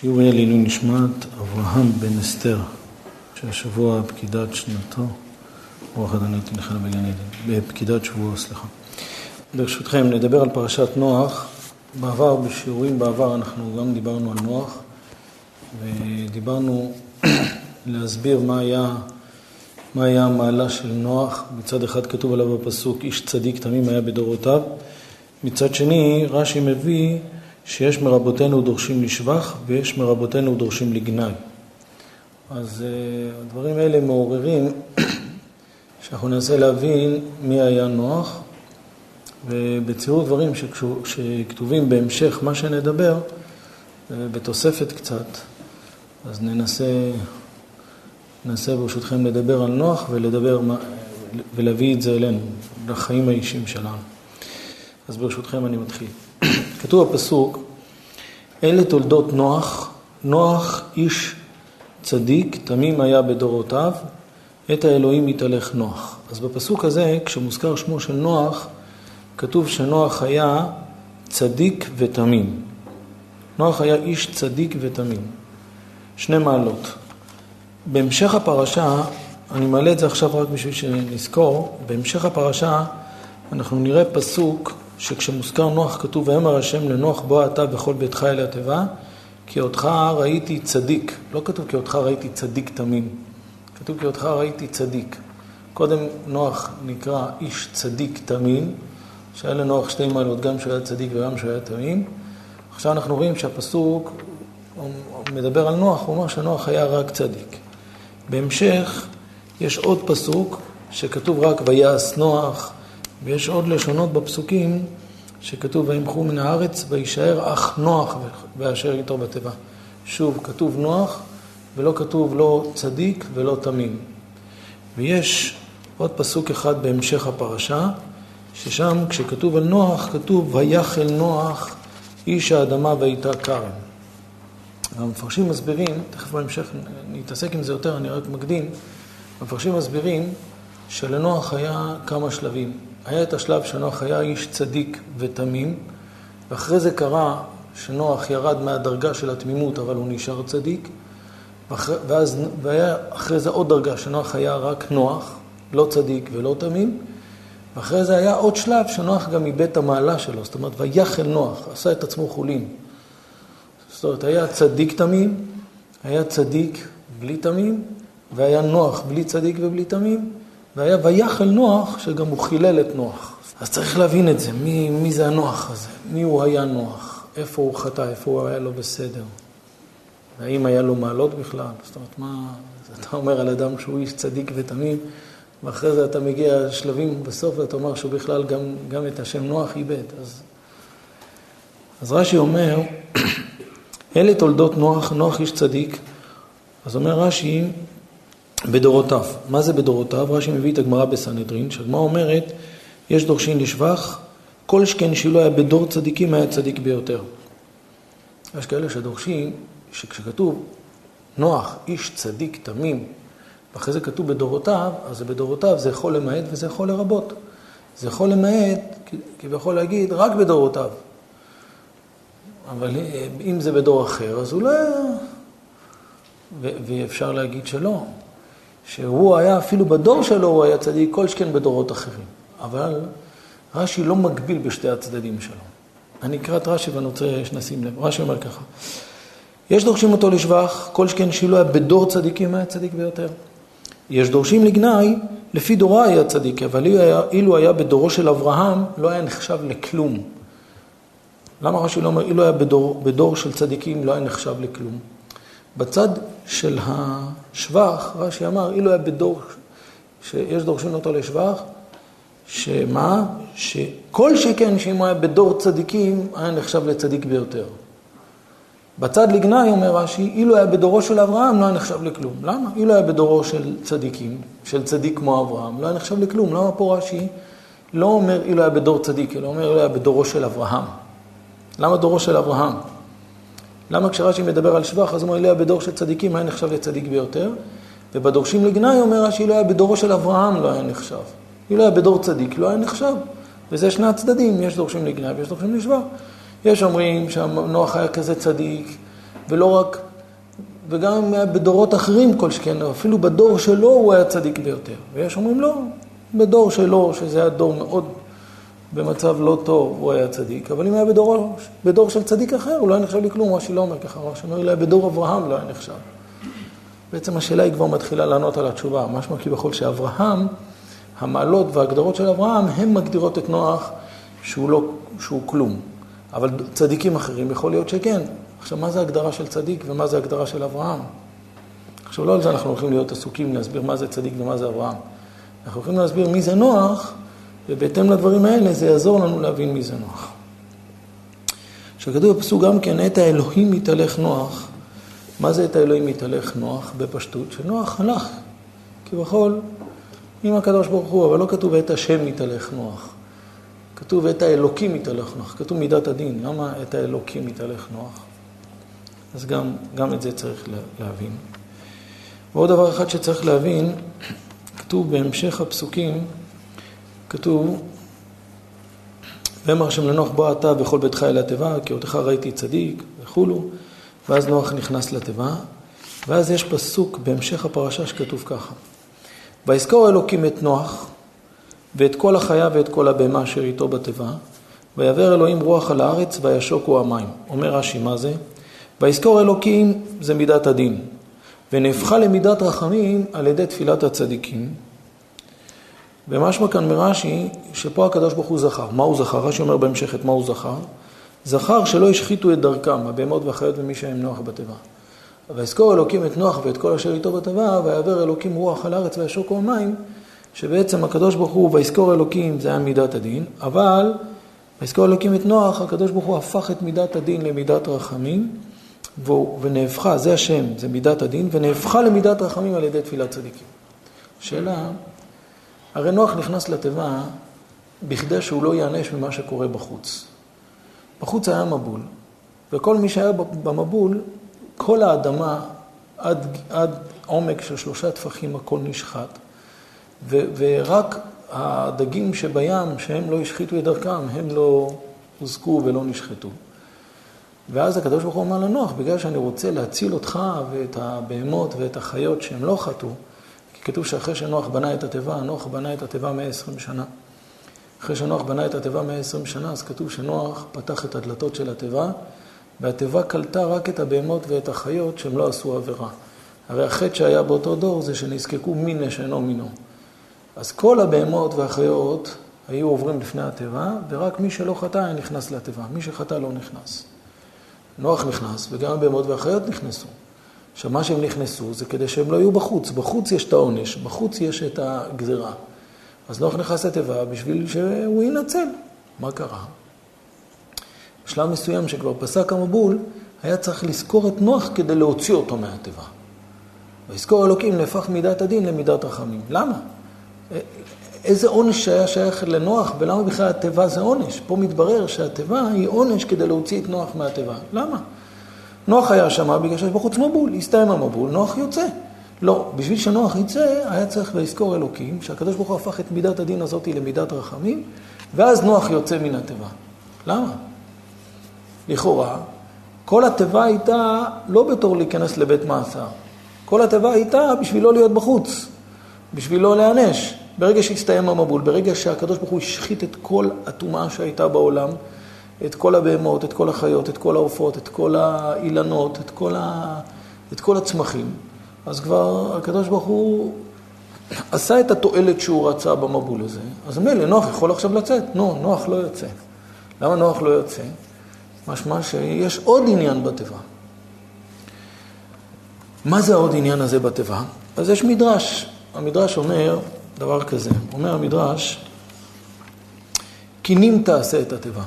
שיעור יהיה לעילוי נשמת אברהם בן אסתר, שהשבוע פקידת שנתו, רוח אדוני תנחלה בגן עדן, בפקידת שבועו, סליחה. ברשותכם, נדבר על פרשת נוח. בשיעורים בעבר אנחנו גם דיברנו על נוח, ודיברנו להסביר מה היה המעלה של נוח. מצד אחד כתוב עליו בפסוק, איש צדיק תמים היה בדורותיו. מצד שני, רש"י מביא שיש מרבותינו דורשים לשבח ויש מרבותינו דורשים לגנאי. אז הדברים האלה מעוררים שאנחנו ננסה להבין מי היה נוח, ובצירוף דברים שכתובים בהמשך מה שנדבר, בתוספת קצת, אז ננסה ברשותכם לדבר על נוח ולהביא את זה אלינו, לחיים האישיים שלנו. אז ברשותכם אני מתחיל. כתוב הפסוק, אלה תולדות נוח, נוח איש צדיק, תמים היה בדורותיו, את האלוהים יתהלך נוח. אז בפסוק הזה, כשמוזכר שמו של נוח, כתוב שנוח היה צדיק ותמים. נוח היה איש צדיק ותמים. שני מעלות. בהמשך הפרשה, אני מעלה את זה עכשיו רק בשביל שנזכור, בהמשך הפרשה אנחנו נראה פסוק שכשמוזכר נוח כתוב, ואמר השם לנוח בוא אתה וכל ביתך אל התיבה, כי אותך ראיתי צדיק. לא כתוב כי אותך ראיתי צדיק תמים. כתוב כי אותך ראיתי צדיק. קודם נוח נקרא איש צדיק תמים, שהיה לנוח שתי מעלות, גם שהוא היה צדיק וגם שהוא היה תמים. עכשיו אנחנו רואים שהפסוק מדבר על נוח, הוא אומר שנוח היה רק צדיק. בהמשך יש עוד פסוק שכתוב רק ויעש נוח, ויש עוד לשונות בפסוקים שכתוב וימחו מן הארץ וישאר אך נוח ואשר איתו בתיבה. שוב כתוב נוח ולא כתוב לא צדיק ולא תמים. ויש עוד פסוק אחד בהמשך הפרשה ששם כשכתוב על נוח כתוב ויחל נוח איש האדמה והייתה כרם. המפרשים מסבירים, תכף בהמשך נתעסק עם זה יותר, אני רק מקדים, המפרשים מסבירים שלנוח היה כמה שלבים. היה את השלב שנוח היה איש צדיק ותמים, ואחרי זה קרה שנוח ירד מהדרגה של התמימות, אבל הוא נשאר צדיק, והיה אחרי זה עוד דרגה שנוח היה רק נוח, לא צדיק ולא תמים, ואחרי זה היה עוד שלב שנוח גם איבד את המעלה שלו, זאת אומרת, ויחל נוח, עשה את עצמו חולין. זאת אומרת, היה צדיק תמים, היה צדיק בלי תמים, והיה נוח בלי צדיק ובלי תמים, והיה ויחל נוח שגם הוא חילל את נוח. אז צריך להבין את זה, מי זה הנוח הזה? מי הוא היה נוח? איפה הוא חטא? איפה הוא היה לו בסדר? והאם היה לו מעלות בכלל? זאת אומרת, מה אתה אומר על אדם שהוא איש צדיק ותמים, ואחרי זה אתה מגיע לשלבים בסוף ואתה אומר שהוא בכלל גם את השם נוח איבד. אז רש"י אומר, אלה תולדות נוח, נוח איש צדיק. אז אומר רש"י, בדורותיו. מה זה בדורותיו? רש"י מביא את הגמרא בסנהדרין, שהגמרא אומרת, יש דורשים לשבח, כל שכן שלא היה בדור צדיקים היה צדיק ביותר. יש כאלה שדורשים, שכשכתוב נוח, איש צדיק תמים, ואחרי זה כתוב בדורותיו, אז בדורותיו זה יכול למעט וזה יכול לרבות. זה יכול למעט, כי יכול להגיד, רק בדורותיו. אבל אם זה בדור אחר, אז אולי, ואפשר להגיד שלא. שהוא היה אפילו בדור שלו, הוא היה צדיק כל שכן בדורות אחרים. אבל רש"י לא מגביל בשתי הצדדים שלו. אני אקרא את רש"י ואני רוצה שנשים לב. רש"י אומר ככה, יש דורשים אותו לשבח, כל שכן שלא היה בדור צדיקים היה צדיק ביותר. יש דורשים לגנאי, לפי דורו היה צדיק, אבל אילו היה בדורו של אברהם, לא היה נחשב לכלום. למה רש"י לא אומר, אילו היה בדור של צדיקים, לא היה נחשב לכלום? בצד של השבח, רש"י אמר, אילו היה בדור, שיש דורשים אותו לשבח, שמה? שכל שכן שאם הוא היה בדור צדיקים, היה נחשב לצדיק ביותר. בצד לגנאי, אומר רש"י, אילו היה בדורו של אברהם, לא היה נחשב לכלום. למה? אילו היה בדורו של צדיקים, של צדיק כמו אברהם, לא היה נחשב לכלום. למה פה רש"י לא אומר אילו היה בדור צדיק, אלא אומר אילו היה בדורו של אברהם. למה דורו של אברהם? למה כשרש"י מדבר על שבח, אז הוא אומר, אילו היה בדור של צדיקים, היה נחשב לצדיק ביותר, ובדורשים לגנאי אומר רש"י, אילו היה בדורו של אברהם, לא היה נחשב. אילו היה בדור צדיק, לא היה נחשב. וזה שני הצדדים, יש דורשים לגנאי ויש דורשים לשבח. יש אומרים שנוח היה כזה צדיק, ולא רק, וגם בדורות אחרים כל שכן, אפילו בדור שלו הוא היה צדיק ביותר. ויש אומרים לא, בדור שלו, שזה היה דור מאוד במצב לא טוב, הוא היה צדיק, אבל אם היה בדור של צדיק אחר, הוא לא היה נחשב לי כלום, רש"י לא אומר ככה, רש"י אומר, אולי בדור אברהם לא היה נחשב. בעצם השאלה היא כבר מתחילה לענות על התשובה, משמע כביכול שאברהם, המעלות וההגדרות של אברהם, הן מגדירות את נוח שהוא כלום. אבל צדיקים אחרים יכול להיות שכן. עכשיו, מה זה ההגדרה של צדיק ומה זה ההגדרה של אברהם? עכשיו, לא על זה אנחנו הולכים להיות עסוקים להסביר מה זה צדיק ומה זה אברהם. אנחנו הולכים להסביר מי זה נוח, ובהתאם לדברים האלה זה יעזור לנו להבין מי זה נוח. שכתוב בפסוק גם כן, את האלוהים יתהלך נוח. מה זה את האלוהים יתהלך נוח? בפשטות, שנוח הלך. כביכול, עם הקדוש ברוך הוא, אבל לא כתוב את השם יתהלך נוח. כתוב את האלוקים יתהלך נוח. כתוב מידת הדין. למה את האלוקים יתהלך נוח? אז גם את זה צריך להבין. ועוד דבר אחד שצריך להבין, כתוב בהמשך הפסוקים, כתוב, ואמר השם לנוח בוא אתה וכל ביתך אל התיבה, כי אותך ראיתי צדיק וכולו, ואז נוח נכנס לתיבה, ואז יש פסוק בהמשך הפרשה שכתוב ככה, ויזכור אלוקים את נוח, ואת כל החיה ואת כל הבהמה אשר איתו בתיבה, ויעבר אלוהים רוח על הארץ וישוקו המים. אומר רש"י, מה זה? ויזכור אלוקים זה מידת הדין, ונהפכה למידת רחמים על ידי תפילת הצדיקים. ומשמע כאן מרש"י שפה הקדוש ברוך הוא זכר. מה הוא זכר? רש"י אומר בהמשך את מה הוא זכר. זכר שלא השחיתו את דרכם, הבהמות והחיות ומי שהם נוח בתיבה. ויזכור אלוקים את נוח ואת כל אשר איתו בתיבה, ויעבר אלוקים רוח על הארץ וישוקו המים, שבעצם הקדוש ברוך הוא ויזכור אלוקים זה היה מידת הדין, אבל ויזכור אלוקים את נוח, הקדוש ברוך הוא הפך את מידת הדין למידת רחמים, ונהפכה, זה השם, זה מידת הדין, ונהפכה למידת רחמים על ידי תפילת צדיקים. שאלה, הרי נוח נכנס לתיבה בכדי שהוא לא יענש ממה שקורה בחוץ. בחוץ היה מבול, וכל מי שהיה במבול, כל האדמה עד עומק של 3 טפחים הכל נשחט, ורק הדגים שבים שהם לא השחיתו את דרכם, הם לא הוזקו ולא נשחטו. ואז הקדוש ברוך הוא אמר לנוח, בגלל שאני רוצה להציל אותך ואת הבהמות ואת החיות שהם לא חטאו, כי כתוב שאחרי שנוח בנה את התיבה, נוח בנה את התיבה 120 שנה. אחרי שנוח בנה את התיבה 120 שנה, אז כתוב שנוח פתח את הדלתות של התיבה, והתיבה קלטה רק את הבהמות ואת החיות שהם לא עשו עבירה. הרי החטא שהיה באותו דור זה שנזקקו מין שאינו מינו. אז כל הבהמות והחיות היו עוברים לפני התיבה, ורק מי שלא חטא היה נכנס לתיבה. מי שחטא לא נכנס. נוח נכנס, וגם הבהמות והחיות נכנסו. עכשיו, מה שהם נכנסו זה כדי שהם לא יהיו בחוץ. בחוץ יש את העונש, בחוץ יש את הגזירה. אז נוח נכנס לתיבה בשביל שהוא ינצל. מה קרה? בשלב מסוים שכבר פסק המבול, היה צריך לזכור את נוח כדי להוציא אותו מהתיבה. ויזכור אלוקים נהפך מידת הדין למידת רחמים. למה? איזה עונש שהיה שייך לנוח, ולמה בכלל התיבה זה עונש? פה מתברר שהתיבה היא עונש כדי להוציא את נוח מהתיבה. למה? נוח היה שמה בגלל שיש בחוץ מבול, הסתיים המבול, נוח יוצא. לא, בשביל שנוח יצא, היה צריך ויזכור אלוקים, שהקדוש ברוך הוא הפך את מידת הדין הזאת למידת רחמים, ואז נוח יוצא מן התיבה. למה? לכאורה, כל התיבה הייתה לא בתור להיכנס לבית מאסר. כל התיבה הייתה בשביל לא להיות בחוץ, בשביל לא להענש. ברגע שהסתיים המבול, ברגע שהקדוש ברוך הוא השחית את כל הטומאה שהייתה בעולם, את כל הבהמות, את כל החיות, את כל העופות, את כל האילנות, את כל הצמחים, אז כבר הקדוש ברוך הוא עשה את התועלת שהוא רצה במבול הזה. אז מילא, נוח יכול עכשיו לצאת. נוח לא יוצא. למה נוח לא יוצא? משמע שיש עוד עניין בתיבה. מה זה עוד עניין הזה בתיבה? אז יש מדרש. המדרש אומר דבר כזה. אומר המדרש, קינים תעשה את התיבה.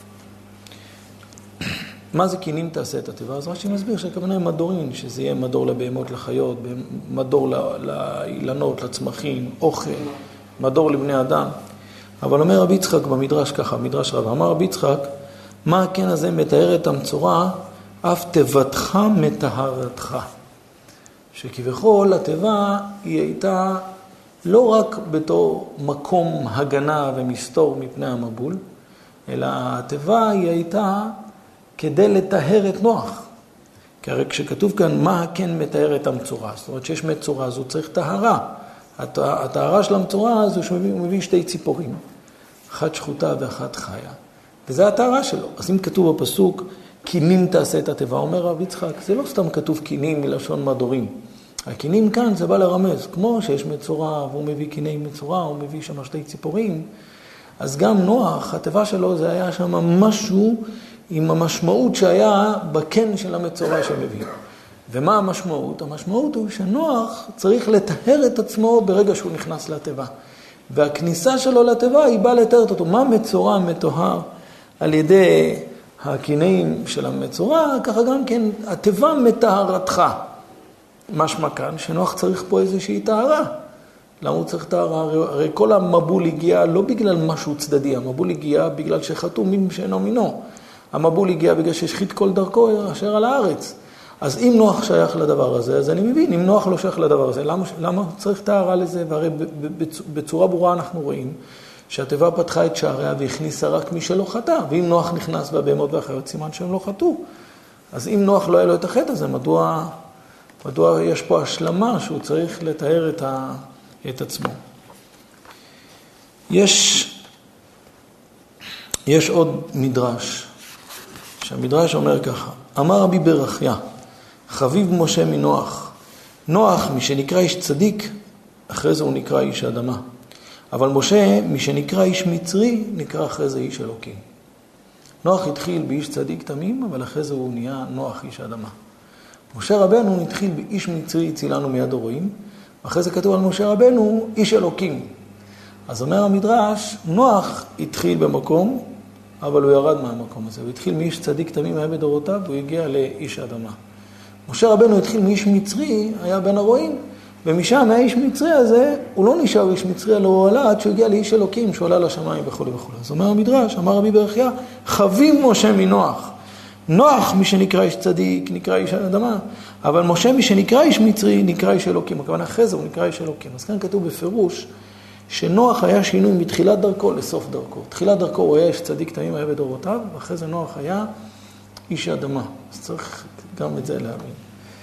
מה זה קינים תעשה את התיבה? אז רש"י מסביר שהכוונה היא מדורין, שזה יהיה מדור לבהמות, לחיות, מדור לאילנות, לצמחים, אוכל, מדור לבני אדם. אבל אומר רבי יצחק במדרש ככה, מדרש רב, אמר רבי יצחק, מה הכן הזה מתאר את המצורע, אף תיבתך מטהרתך. שכביכול התיבה היא הייתה לא רק בתור מקום הגנה ומסתור מפני המבול, אלא התיבה היא הייתה כדי לטהר את נוח. כי הרי כשכתוב כאן מה כן מתאר את המצורע, זאת אומרת שיש מצורע, אז הוא צריך טהרה. הטהרה של המצורע זה שהוא מביא שתי ציפורים, אחת שחוטה ואחת חיה. וזה הטהרה שלו. אז אם כתוב בפסוק, קינים תעשה את התיבה, אומר רב יצחק, זה לא סתם כתוב קינים מלשון מדורים. הקינים כאן זה בא לרמז, כמו שיש מצורע והוא מביא קיני מצורע, הוא מביא שם שתי ציפורים, אז גם נוח, התיבה שלו זה היה שם משהו עם המשמעות שהיה בקן של המצורע שמביא. ומה המשמעות? המשמעות הוא שנוח צריך לטהר את עצמו ברגע שהוא נכנס לתיבה. והכניסה שלו לתיבה היא באה לטהר אותו. מה מצורע מטוהר על ידי הקינאים של המצורע, ככה גם כן התיבה מטהרתך. משמע כאן שנוח צריך פה איזושהי טהרה. למה הוא צריך טהרה? הרי כל המבול הגיע לא בגלל משהו צדדי, המבול הגיע בגלל שחטאו מין שאינו מינו. המבול הגיע בגלל שהשחית כל דרכו אשר על הארץ. אז אם נוח שייך לדבר הזה, אז אני מבין, אם נוח לא שייך לדבר הזה, למה צריך טהרה לזה? והרי בצורה ברורה אנחנו רואים שהתיבה פתחה את שעריה והכניסה רק מי שלא חטא, ואם נוח נכנס בבהמות והחיות, סימן שהם לא חטאו. אז אם נוח לא היה לו את החטא הזה, מדוע יש פה השלמה שהוא צריך לטהר את עצמו? יש עוד מדרש, שהמדרש אומר ככה, אמר רבי ברכיה, חביב משה מנוח, נוח משנקרא איש צדיק, אחרי זה הוא נקרא איש אדמה. אבל משה משנקרא איש מצרי, נקרא אחרי זה איש אלוקים. נוח התחיל באיש צדיק תמים, אבל אחרי זה הוא נהיה נוח איש אדמה. משה רבנו התחיל באיש מצרי הצילנו מיד הרועים, ואחרי זה כתוב על משה רבנו איש אלוקים. אז אומר המדרש, נוח התחיל במקום, אבל הוא ירד מהמקום הזה. הוא התחיל מאיש צדיק תמים היה בדורותיו, והוא הגיע לאיש אדמה. משה רבנו התחיל מאיש מצרי, היה בין הרועים, ומשם מהאיש מצרי הזה, הוא לא נשאר איש מצרי, אלא הוא עלה עד שהוא הגיע לאיש אלוקים, שהוא עלה לשמיים וכו' וכו'. אז אומר המדרש, אמר רבי ברכיה, חביב משה מנוח. נוח מי שנקרא איש צדיק, נקרא איש אדמה, אבל משה מי שנקרא איש מצרי, נקרא איש אלוקים. הכוונה אחרי זה הוא נקרא איש אלוקים. אז כאן כתוב בפירוש, שנוח היה שינוי מתחילת דרכו לסוף דרכו. תחילת דרכו הוא היה איש צדיק תמים היה בדורותיו, ואחרי זה נוח היה איש אדמה. אז צריך גם את זה להאמין.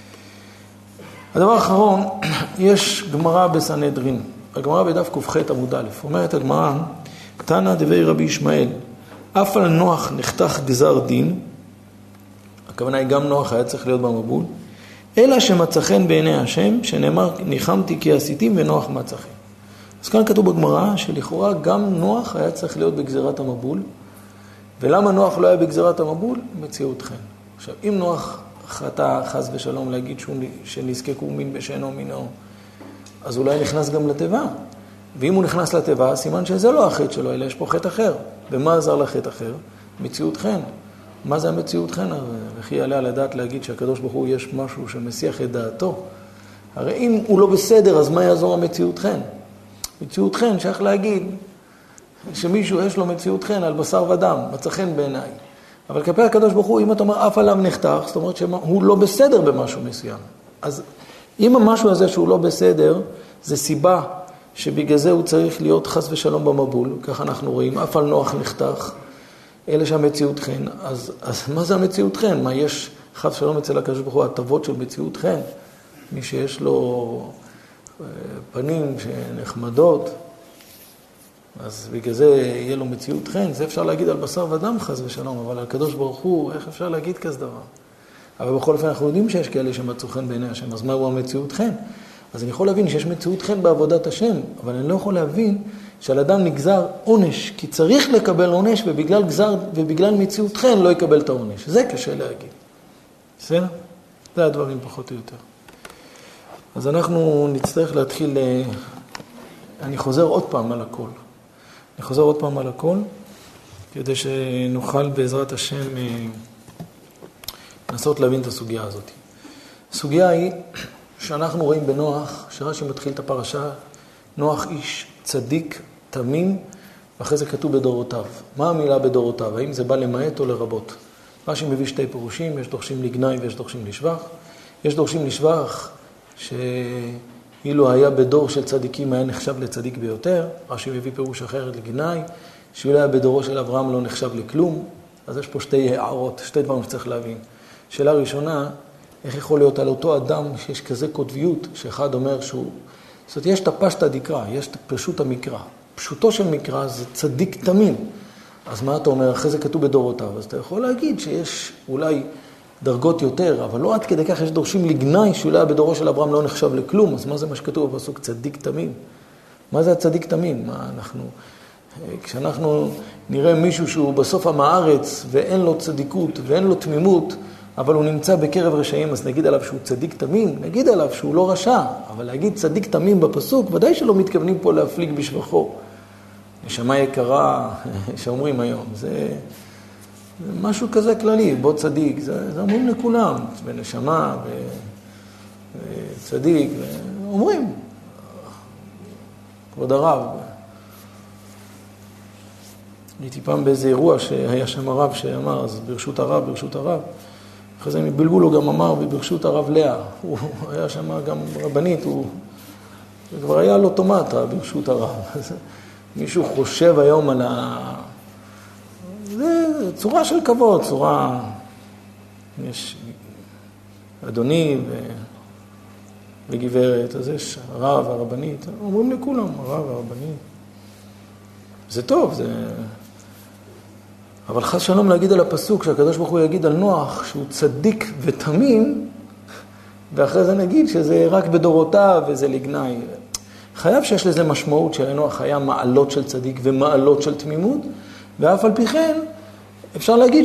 הדבר האחרון, יש גמרא בסנהדרין. הגמרא בדף ק"ח עמוד א', אומרת הגמרא, תנא דבי רבי ישמעאל, אף על נוח נחתך גזר דין, הכוונה היא גם נוח היה צריך להיות במבול, אלא שמצא חן בעיני השם, שנאמר ניחמתי כי עשיתים ונוח מצא חן. אז כאן כתוב בגמרא שלכאורה גם נוח היה צריך להיות בגזירת המבול, ולמה נוח לא היה בגזירת המבול? מציאות חן. עכשיו, אם נוח חטא חס ושלום להגיד שנזקקו מין בשאינו מינו, אז אולי נכנס גם לתיבה. ואם הוא נכנס לתיבה, סימן שזה לא החטא שלו, אלא יש פה חטא אחר. ומה עזר לחטא אחר? מציאות חן. מה זה המציאות חן? וכי יעלה על הדעת להגיד שהקדוש ברוך הוא יש משהו שמסיח את דעתו. הרי אם הוא לא בסדר, אז מה יעזור המציאות חן? מציאות חן שייך להגיד שמישהו יש לו מציאות חן על בשר ודם, מצא חן בעיניי. אבל כלפי הקדוש ברוך הוא, אם אתה אומר אף עליו נחתך, זאת אומרת שהוא לא בסדר במשהו מסוים. אז אם המשהו הזה שהוא לא בסדר, זה סיבה שבגלל זה הוא צריך להיות חס ושלום במבול, כך אנחנו רואים, אף על נוח נחתך, אלה שהמציאות חן. אז מה זה המציאות חן? מה יש חס ושלום אצל הקדוש ברוך הוא, הטבות של מציאות חן? מי שיש לו פנים שנחמדות, אז בגלל זה יהיה לו מציאות חן. זה אפשר להגיד על בשר ודם חס ושלום, אבל על הקדוש ברוך הוא, איך אפשר להגיד כזה דבר? אבל בכל אופן אנחנו יודעים שיש כאלה שמצאו חן בעיני השם, אז מהו המציאות חן? אז אני יכול להבין שיש מציאות חן בעבודת השם, אבל אני לא יכול להבין שעל אדם נגזר עונש, כי צריך לקבל עונש, ובגלל מציאות חן לא יקבל את העונש. זה קשה להגיד. בסדר? זה הדברים פחות או יותר. אז אנחנו נצטרך להתחיל, אני חוזר עוד פעם על הכל. כדי שנוכל בעזרת השם לנסות להבין את הסוגיה הזאת. הסוגיה היא שאנחנו רואים בנוח, שרש"י מתחיל את הפרשה, נוח איש צדיק, תמים, ואחרי זה כתוב בדורותיו. מה המילה בדורותיו? האם זה בא למעט או לרבות? רש"י מביא שתי פירושים, יש דורשים לגנאי ויש דורשים לשבח. יש דורשים לשבח שאילו היה בדור של צדיקים היה נחשב לצדיק ביותר. רש"י מביא פירוש אחר לגנאי, שאילו היה בדורו של אברהם לא נחשב לכלום. אז יש פה שתי הערות, שתי דברים שצריך להבין. שאלה ראשונה, איך יכול להיות על אותו אדם שיש כזה קוטביות, שאחד אומר שהוא... זאת אומרת, יש את הפשטה דקרא, יש את פשוט המקרא. פשוטו של מקרא זה צדיק תמים. אז מה אתה אומר? אחרי זה כתוב בדורותיו. אז אתה יכול להגיד שיש אולי דרגות יותר, אבל לא עד כדי כך יש דורשים לגנאי שאולי בדורו של אברהם לא נחשב לכלום. אז מה זה מה שכתוב בפסוק? צדיק תמים. מה זה הצדיק תמים? מה אנחנו... כשאנחנו נראה מישהו שהוא בסוף עם הארץ ואין לו צדיקות ואין לו תמימות, אבל הוא נמצא בקרב רשעים, אז נגיד עליו שהוא צדיק תמים, נגיד עליו שהוא לא רשע, אבל להגיד צדיק תמים בפסוק, ודאי שלא מתכוונים פה להפליג בשבחו. נשמה יקרה, שאומרים היום, זה משהו כזה כללי, בוא צדיק, זה אומרים לכולם, בנשמה וצדיק, אומרים, כבוד הרב. הייתי פעם באיזה אירוע שהיה שם הרב שאמר, אז ברשות הרב, ברשות הרב. אחרי זה מבלבול הוא גם אמר, וברשות הרב לאה. הוא היה שם גם רבנית, הוא כבר היה לו טומטה ברשות הרב. מישהו חושב היום על זה צורה של כבוד, צורה... יש אדוני וגברת, אז יש הרב והרבנית. אומרים לכולם, הרב והרבנית. זה טוב, זה... אבל חס שלום להגיד על הפסוק שהקדוש ברוך הוא יגיד על נוח שהוא צדיק ותמים, ואחרי זה נגיד שזה רק בדורותיו וזה לגנאי. חייב שיש לזה משמעות שלנוח היה מעלות של צדיק ומעלות של תמימות, ואף על פי כן אפשר להגיד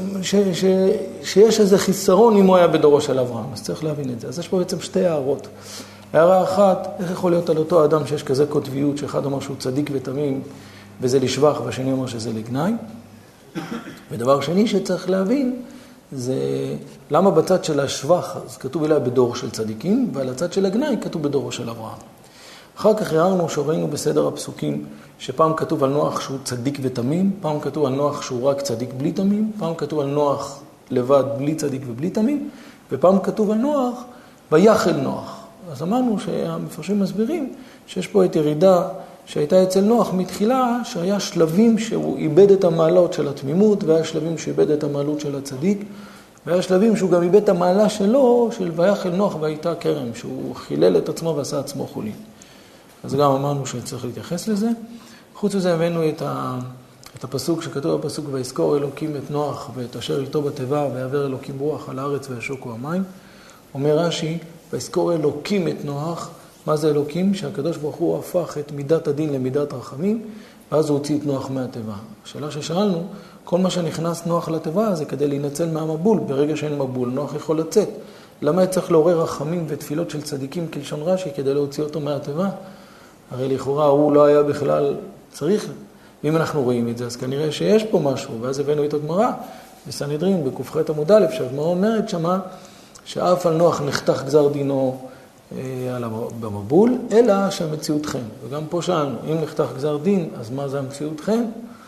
שיש איזה חיסרון אם הוא היה בדורו של אברהם, אז צריך להבין את זה. אז יש פה בעצם שתי הערות. הערה אחת, איך יכול להיות על אותו אדם שיש כזה קוטביות, שאחד אומר שהוא צדיק ותמים וזה לשבח, והשני אומר שזה לגנאי. ודבר שני שצריך להבין, זה למה בצד של השבח אז כתוב אולי בדור של צדיקים, ועל הצד של הגנאי כתוב בדורו של אברהם. אחר כך ראינו שראינו בסדר הפסוקים, שפעם כתוב על נוח שהוא צדיק ותמים, פעם כתוב על נוח שהוא רק צדיק בלי תמים, פעם כתוב על נוח לבד בלי צדיק ובלי תמים, ופעם כתוב על נוח ויחל נוח. אז אמרנו שהמפרשים מסבירים שיש פה את ירידה שהייתה אצל נוח מתחילה, שהיה שלבים שהוא איבד את המעלות של התמימות, והיה שלבים שאיבד את המעלות של הצדיק, והיה שלבים שהוא גם איבד את המעלה שלו, של ויחל נוח והייתה כרם, שהוא חילל את עצמו ועשה עצמו חולין. אז גם אמרנו שצריך להתייחס לזה. חוץ מזה הבאנו את הפסוק שכתוב בפסוק, ויזכור אלוקים את נוח ואת אשר איתו בתיבה, ויעבר אלוקים רוח על הארץ וישוקו המים. אומר רש"י, ויזכור אלוקים את נוח. מה זה אלוקים? שהקדוש ברוך הוא הפך את מידת הדין למידת רחמים, ואז הוא הוציא את נוח מהטבע. השאלה ששאלנו, כל מה שנכנס נוח לטבע זה כדי להינצל מהמבול. ברגע שאין מבול, נוח יכול לצאת. למה צריך לעורר רחמים ותפילות של צדיקים כלשון רש"י כדי להוציא אותו מהטבע? הרי לכאורה הוא לא היה בכלל צריך. ואם אנחנו רואים את זה, אז כנראה שיש פה משהו. ואז הבאנו את הגמרא בסנהדרין, בק"ח עמוד א', שהגמרא אומרת שמה, שאף על נוח נחתך גזר דינו במבול, אלא שהמציאות חן. וגם פה שאלנו, אם נחתך גזר דין, אז מה זה המציאות חן?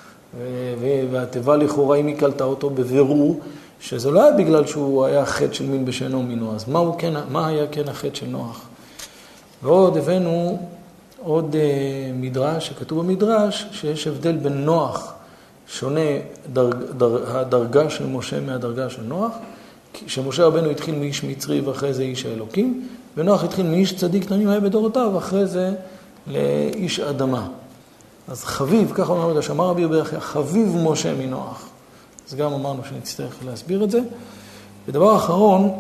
והטבע לכאורה, אם היא קלטה אותו בבירור, שזה לא היה בגלל שהוא היה חטא של מין בשאינו מינו, אז מה היה כן החטא של נוח? ועוד הבאנו עוד מדרש, שכתוב במדרש, שיש הבדל בין נוח, שונה הדרגה של משה מהדרגה של נוח, שמשה רבנו התחיל מאיש מצרי ואחרי זה איש האלוקים, ונוח התחיל מאיש צדיק תמים היה בדורותיו, ואחרי זה לאיש אדמה. אז חביב, ככה אומר מדרש, אמר רבי ירמיה, חביב משה מנוח. אז גם אמרנו שנצטרך להסביר את זה. ודבר אחרון,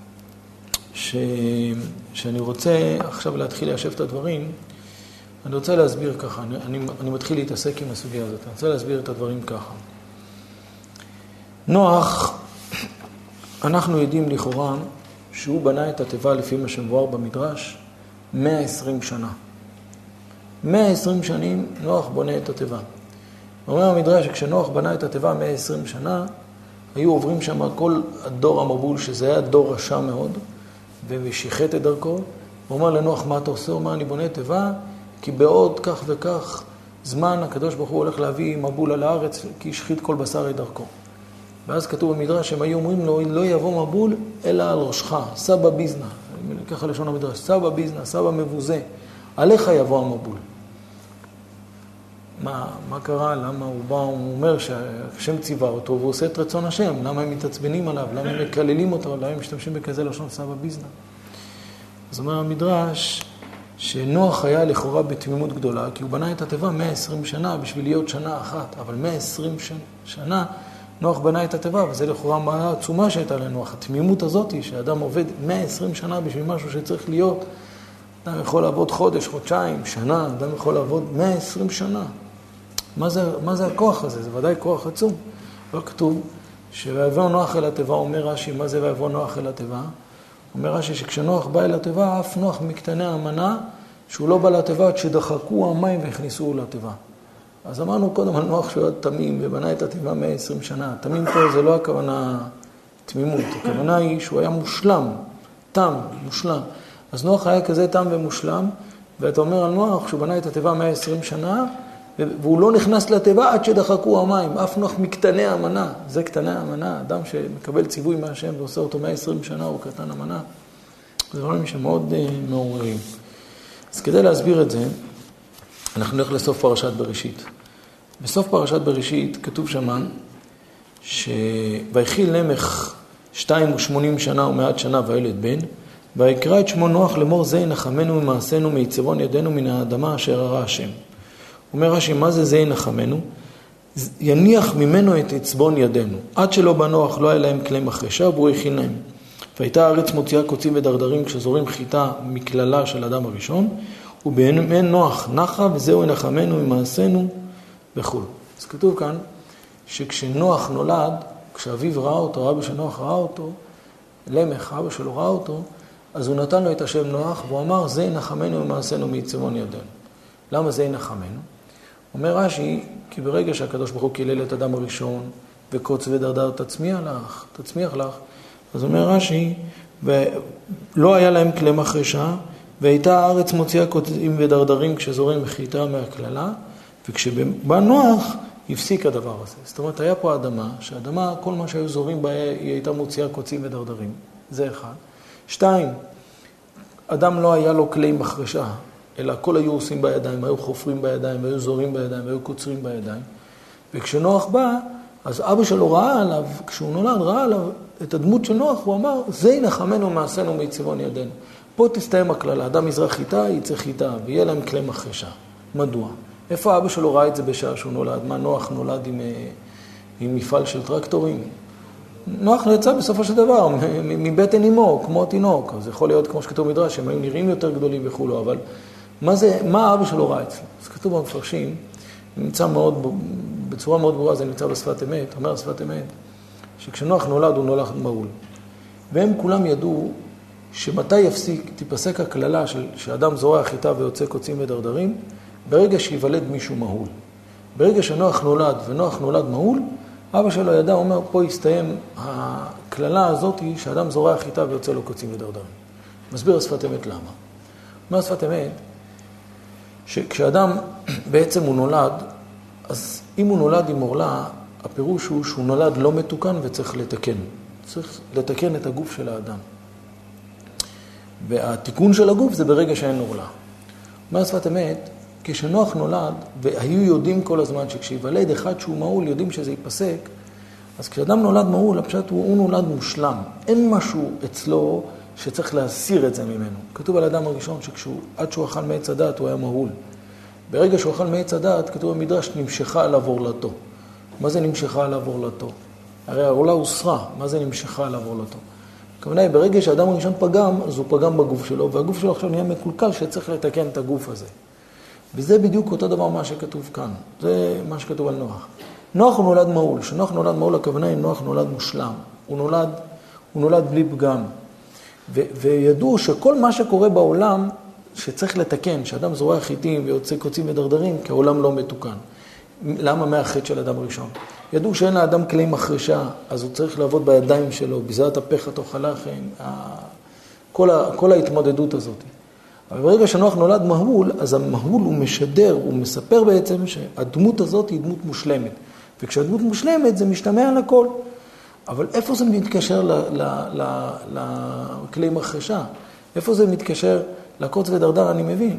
שאני רוצה עכשיו להתחיל ליישב את הדברים, אני רוצה להסביר ככה, אני מתחיל להתעסק עם הסוגיה הזאת, אני רוצה להסביר את הדברים ככה. נוח, אנחנו יודעים לכאורה שהוא בנה את התיבה לפי מה שמבואר במדרש 120 שנה. 120 שנים נוח בונה את התיבה. אומר המדרש שכשנוח בנה את התיבה 120 שנה, היו עוברים שם כל הדור המבול, שזה היה דור רשע מאוד, ושיחת את דרכו. הוא אומר לנוח, מה אתה עושה? הוא אומר, אני בונה תיבה, כי בעוד כך וכך זמן הקדוש ברוך הוא הולך להביא מבול על הארץ, כי ישחית כל בשר את דרכו. ואז כתוב במדרש שהם היו אומרים לו, לא יבוא מבול אלא על ראשך, סבא ביזנה. ככה לשון המדרש, סבא ביזנה, סבא מבוזה, עליך יבוא המבול. מה קרה? למה הוא בא, הוא אומר שהשם ציווה אותו והוא עושה את רצון השם? למה הם מתעצבנים עליו? למה הם מקללים אותו? למה הם משתמשים בכזה לשון סבא ביזנא? אז אומר המדרש שנוח היה לכאורה בתמימות גדולה, כי הוא בנה את התיבה 120 שנה בשביל להיות שנה אחת, אבל 120 שנה נוח בנה את התיבה, וזה לכאורה מה העצומה שהייתה לנוח. התמימות הזאת היא שאדם עובד 120 שנה בשביל משהו שצריך להיות. אדם יכול לעבוד חודש, חודשיים, שנה, אדם יכול לעבוד 120 שנה. מה זה הכוח הזה? זה ודאי כוח עצום. לא כתוב שויבוא נוח אל התיבה, אומר רש"י, מה זה ויבוא נוח אל התיבה? אומר רש"י שכשנוח בא אל התיבה, אף נוח מקטני המנה, שהוא לא בא לתיבה עד שדחקו המים והכניסו לתיבה. אז אמרנו קודם על נוח שהוא היה תמים ובנה את התיבה 120 שנה. תמים פה זה לא הכוונה תמימות, הכוונה היא שהוא היה מושלם, תם, מושלם. אז נוח היה כזה תם ומושלם, ואתה אומר על נוח שהוא בנה את התיבה 120 שנה, והוא לא נכנס לתיבה עד שדחקו המים, אף נוח מקטני המנה. זה קטני המנה, אדם שמקבל ציווי מהשם ועושה אותו 120 שנה הוא קטן המנה. זה דברים שמאוד מעוררים. אז כדי להסביר את זה, אנחנו נלך לסוף פרשת בראשית. בסוף פרשת בראשית כתוב שמה שויחיל למך 82 שנה ומעט שנה וילד בן, ויקרא את שמו נוח לאמור זה ינחמנו ממעשינו מיצירון ידינו מן האדמה אשר הרע השם. אומר רש"י, מה זה ינחמנו? יניח ממנו את עצבון ידינו. עד שלא בנוח לא היה להם כלי מחרשה והוא הכין להם. והייתה הארץ מוציאה קוצים ודרדרים כשזורים חיטה מכללה של אדם הראשון, ובאין נוח נחה וזהו ינחמנו ממעשינו וכו'. אז כתוב כאן שכשנוח נולד, כשאביו ראה אותו, אבא של נוח ראה אותו, למך, אבא שלו ראה אותו, אז הוא נתן לו את השם נוח, והוא אמר, זה ינחמנו ממעשינו מיצירון ידינו. למה זה ינחמנו? אומר רש"י, כי ברגע שהקדוש ברוך הוא קילל את אדם הראשון, וקוץ ודרדר תצמיח לך, אז אומר רש"י, ולא היה להם כלי מחרשה, והייתה הארץ מוציאה קוצים ודרדרים כשזורים חיטה מהכללה, וכשבא נוח, הפסיק הדבר הזה. זאת אומרת, היה פה אדמה, שהאדמה, כל מה שהיו זורים בה, היא הייתה מוציאה קוצים ודרדרים. זה אחד. 2, אדם לא היה לו כלי מחרשה, אלא הכל היו עושים בידיים, היו חופרים בידיים, היו זורים בידיים, היו קוצרים בידיים. וכשנוח בא, אז אבא שלו ראה עליו, כשהוא נולד, ראה עליו את הדמות של נוח, הוא אמר, זה ינחמנו מעשינו מיצירון ידינו. פה תסתיים הכללה, אדם יזרח חיטה, יצא חיטה, ויהיה להם כלי מחרשה. מדוע? איפה אבא שלו ראה את זה בשעה שהוא נולד? מה נוח נולד עם מפעל של טרקטורים? נוח יצא בסופו של דבר, מבטן אמו, כמו תינוק. אז יכול להיות, כמו שכתוב מדרש, שהם היו נראים יותר גדולים וכולו, אבל מה אבא שלו ראה אצלו? אז כתוב במפרשים, נמצא בצורה מאוד ברורה, זה נמצא בשפת אמת, אומר בשפת אמת, שכשנוח נולד, הוא נולד מהול. והם כולם ידעו שמתי תיפסק הכללה שאדם זורע חיטה ויוצא קוצים ודרדרים, ברגע שיוולד מישהו מהול. ברגע שנוח נולד ונוח נולד מהול, אבא שלו ידע, אומר, פה יסתיים הכללה הזאת שאדם זורע חיטה ויוצא לו קוצים ודרדרים. מסביר השפת אמת למה. אומר השפת אמת, שכשאדם בעצם הוא נולד, אז אם הוא נולד עם עורלה, הפירוש הוא שהוא נולד לא מתוקן וצריך לתקן. צריך לתקן את הגוף של האדם. והתיקון של הגוף זה ברגע שאין עורלה. אומר השפת אמת, כשנוח נולד, והיו יודעים כל הזמן שכשיוולד אחד שהוא מהול, יודעים שזה ייפסק, אז כשאדם נולד מהול, הפשט הוא נולד מושלם. אין משהו אצלו שצריך להסיר את זה ממנו. כתוב על האדם הראשון שעד שהוא אכל מעץ הדעת הוא היה מהול. ברגע שהוא אכל מעץ הדעת, כתוב במדרש, נמשכה עליו עורלתו. מה זה נמשכה עליו עורלתו? הרי העורלה הוסרה, מה זה נמשכה עליו עורלתו? הכוונה, ברגע שהאדם הראשון פגם, אז הוא פגם בגוף שלו, והגוף שלו עכשיו נהיה מקולקל שצריך לתקן את הגוף הזה. וזה בדיוק אותו דבר מה שכתוב כאן. זה מה שכתוב על נוח. נוח הוא נולד מהול. כשנוח נולד מהול, הכוונה היא נוח נולד מושלם. הוא נולד בלי פגם. וידעו שכל מה שקורה בעולם שצריך לתקן, שאדם זורע חיטים ויוצא קוצים ודרדרים, כי העולם לא מתוקן. למה מהחטא של אדם ראשון? ידעו שאין לאדם כלי מחרשה, אז הוא צריך לעבוד בידיים שלו, בזיעת הפך תאכל לחם, כל ההתמודדות הזאת. אבל ברגע שנוח נולד מהול, אז המהול הוא משדר, הוא מספר בעצם שהדמות הזאת היא דמות מושלמת. וכשהדמות מושלמת זה משתמע על הכל. אבל איפה זה מתקשר לכלי מחרשה? איפה זה מתקשר לקוץ ודרדר? אני מבין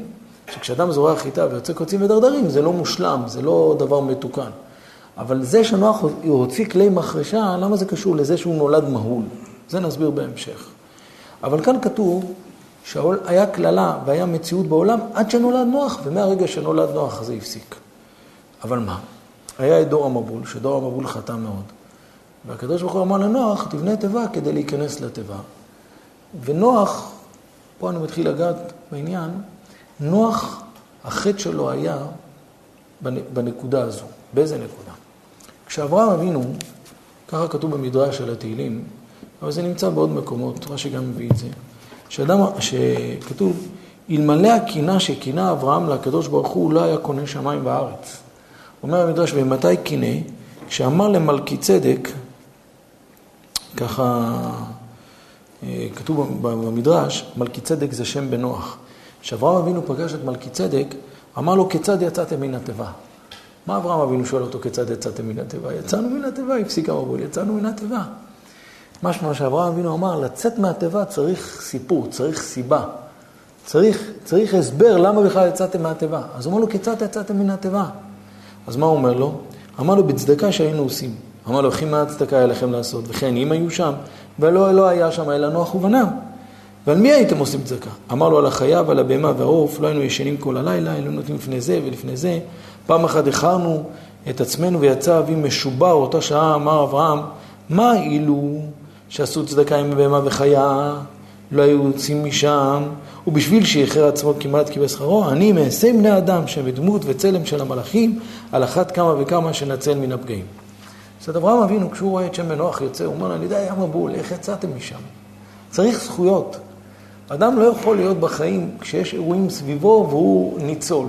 שכשאדם זורע חיטה ויוצא קוצים ודרדרים, זה לא מושלם, זה לא דבר מתוקן. אבל זה שנוח הוציא כלי מחרשה, למה זה קשור לזה שהוא נולד מהול? זה נסביר בהמשך. אבל כאן כתוב שהיה כללה והיה מציאות בעולם עד שנולד נוח, ומהרגע שנולד נוח זה הפסיק. אבל מה? היה את דור המבול, שדור המבול חטא מאוד. והקדוש ברוך הוא אמר לנוח, תבנה תיבה כדי להיכנס לתיבה. ונוח, פה אני מתחיל לגעת בעניין, נוח, החטא שלו היה בנקודה הזו. באיזה נקודה? כשאברהם אבינו, ככה כתוב במדרש של התהילים, אבל זה נמצא בעוד מקומות, רש"י גם מביא את זה, שכתוב, אלמלא הקינה שקינה אברהם לקדוש ברוך הוא, לא היה קונה שמיים וארץ. אומר המדרש, ומתי קינה? כשאמר למלכי צדק, ככה כתוב במדרש, מלכי צדק זה שם בנוח. כשאברהם אבינו פגש את מלכי צדק, אמר לו, כיצד יצאתם מן התיבה? מה אברהם אבינו שואל אותו, כיצד יצאתם מן התיבה? יצאנו מן התיבה, הפסיק המבול, יצאנו מן התיבה. משמע שאברהם אבינו אמר, לצאת מהתיבה צריך סיפור, צריך סיבה. צריך הסבר למה בכלל יצאתם מהתיבה. אז הוא אומר לו, כיצד יצאתם מן התיבה? אז מה הוא אומר לו? אמר לו, בצדקה שהיינו עושים. אמר לו, הכי מעט צדקה היה לכם לעשות, וכן, אם היו שם, ולא היה שם, אלא נוח ובניו. ועל מי הייתם עושים צדקה? אמר לו, על החיה ועל הבהמה והעוף, לא היינו ישנים כל הלילה, היינו נותנים לפני זה ולפני זה. פעם אחת הכרנו את עצמנו ויצא אבי משובר, אותה שעה אמר אברהם, מה אילו שעשו צדקה עם בהמה וחיה, לא היו יוצאים משם, ובשביל שיחר עצמו כמעט כבשכרו, אני מעשה בני אדם שבדמות וצלם של המלאכים, על אחת כמה וכמה שנצל מן הפגעים. אז אברהם אבינו, כשהוא רואה את שם בנוח יוצא, הוא אומר, אני יודע, ים מבול, איך יצאתם משם? צריך זכויות. אדם לא יכול להיות בחיים כשיש אירועים סביבו והוא ניצול.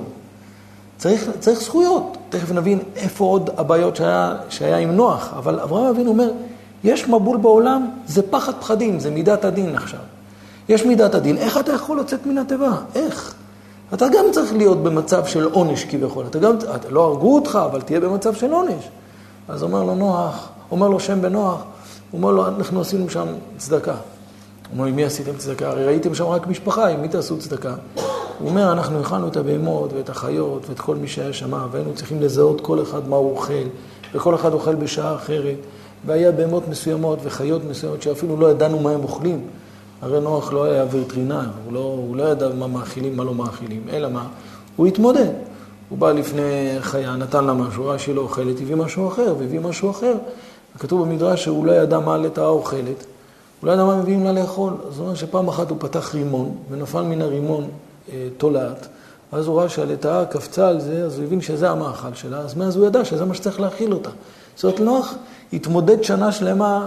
צריך זכויות. תכף נבין איפה עוד הבעיות שהיה עם נוח. אבל אברהם אבינו אומר, יש מבול בעולם, זה פחד פחדים, זה מידת הדין עכשיו. יש מידת הדין, איך אתה יכול לצאת מן התיבה? איך? אתה גם צריך להיות במצב של עונש כביכול. לא הרגו אותך, אבל תהיה במצב של עונש. אז אומר לו נוח, אומר לו שם בנוח, הוא אומר לו, אנחנו עשינו שם צדקה. הוא אומר, עם מי עשיתם צדקה? הרי ראיתם שם רק משפחה, עם מי תעשו צדקה? הוא אומר, אנחנו הכנו את הבהמות ואת החיות ואת כל מי שהיה שם, והיינו צריכים לזהות כל אחד מה הוא אוכל, וכל אחד אוכל בשעה אחרת, והיה בהמות מסוימות וחיות מסוימות שאפילו לא ידענו מה הם אוכלים. הרי נוח לא היה וטרינר, הוא לא ידע מה מאכילים, מה לא מאכילים, אלא מה? הוא התמודד. הוא בא לפני חיה, נתן לה משהו, ראה שהיא לא אוכלת, הביא משהו אחר, והביא משהו אחר. כתוב במדרש שהוא לא ידע מה לטעה אוכלת, הוא לא ידע מה מביאים לה לאכול. זאת אומרת שפעם אחת הוא פתח רימון, ונפל מן הרימון תולעת, ואז הוא ראה שהלטעה קפצה על זה, אז הוא הבין שזה המאכל שלה, אז מאז הוא ידע שזה מה שצריך להאכיל אותה. זאת אומרת, נוח התמודד שנה שלמה,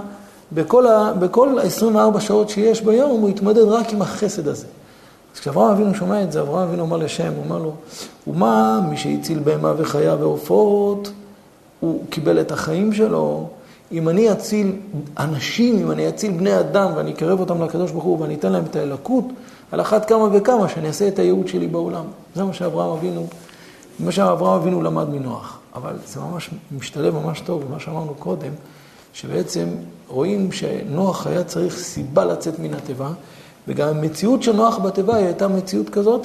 בכל 24 שעות שיש ביום, הוא התמודד רק עם החסד הזה. אז כשאברהם אבינו שומע את זה, אברהם אבינו אומר לשם, הוא אומר לו, ומה מי שהציל בהמה וחיה ועופות, הוא קיבל את החיים שלו. אם אני אציל אנשים, אם אני אציל בני אדם, ואני אקרב אותם לקדוש ברוך הוא, ואני אתן להם את האלוקות, על אחת כמה וכמה, שאני אעשה את הייעוד שלי בעולם. זה מה שאברהם אבינו למד מנוח. אבל זה ממש משתלב ממש טוב, במה שאמרנו קודם, שבעצם רואים שנוח היה צריך סיבה לצאת מן התיבה, וגם המציאות של נוח בתיבה היא הייתה מציאות כזאת,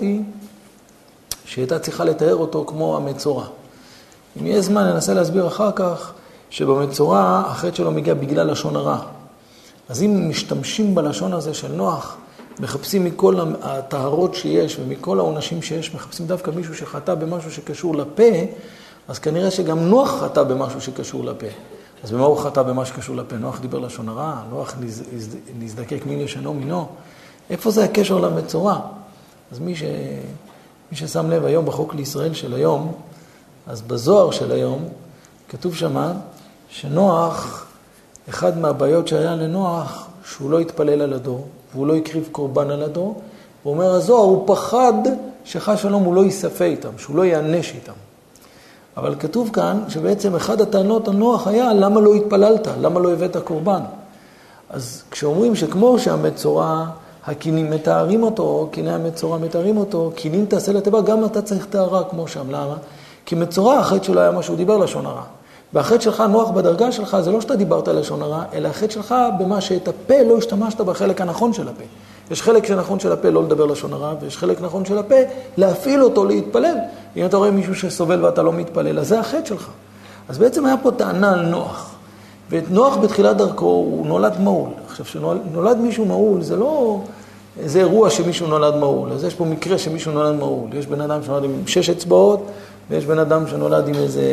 שהייתה צריכה לתאר אותו כמו המצורע. אם יהיה זמן, ננסה להסביר אחר כך, שבמצורע החטא שלו מגיע בגלל לשון הרע. אז אם משתמשים בלשון הזה של נוח, מחפשים מכל הטהרות שיש ומכל העונשים שיש, מחפשים דווקא מישהו שחטא במשהו שקשור לפה, אז כנראה שגם נוח חטא במשהו שקשור לפה. אז במה הוא חטא במה שקשור לפה? נוח דיבר לשון הרע, נוח נזדקק מין ישנו מינו. איפה זה הקשר למצורע? אז מי ששם לב היום בחוק לישראל של היום, אז בזוהר של היום, כתוב שמה שנוח, אחד מהבעיות שהיה לנוח, שהוא לא התפלל על הדור, והוא לא הקריב קורבן על הדור, הוא אומר, הזוהר, הוא פחד שחס שלום הוא לא ייספה איתם, שהוא לא יענש איתם. אבל כתוב כאן שבעצם אחד הטענות הנוח היה, למה לא התפללת? למה לא הבאת קורבן? אז כשאומרים שכמו שהמצורע, הקינים מתארים אותו, קיני המצורע מתארים אותו, קינים תעשה לתיבה, גם אתה צריך תארה כמו שם. למה? כי מצורע, החטא שלו היה מה שהוא דיבר לשון הרע. והחטא שלך, נוח בדרגה שלך, זה לא שאתה דיברת לשון הרע, אלא החטא שלך במה שאת הפה לא השתמשת בחלק הנכון של הפה. יש חלק שנכון של הפה לא לדבר לשון הרע, ויש חלק נכון של הפה להפעיל אותו להתפלל. אם אתה רואה מישהו שסובל ואתה לא מתפלל, אז זה החטא שלך. אז בעצם היה פה טענה על נוח. ואת נוח בתחילת דרכו הוא נולד מעול. עכשיו, שנולד מישהו מעול, זה לא איזה אירוע שמישהו נולד מעול. אז יש פה מקרה שמישהו נולד מעול. יש בן אדם שנולד עם 6 אצבעות, ויש בן אדם שנולד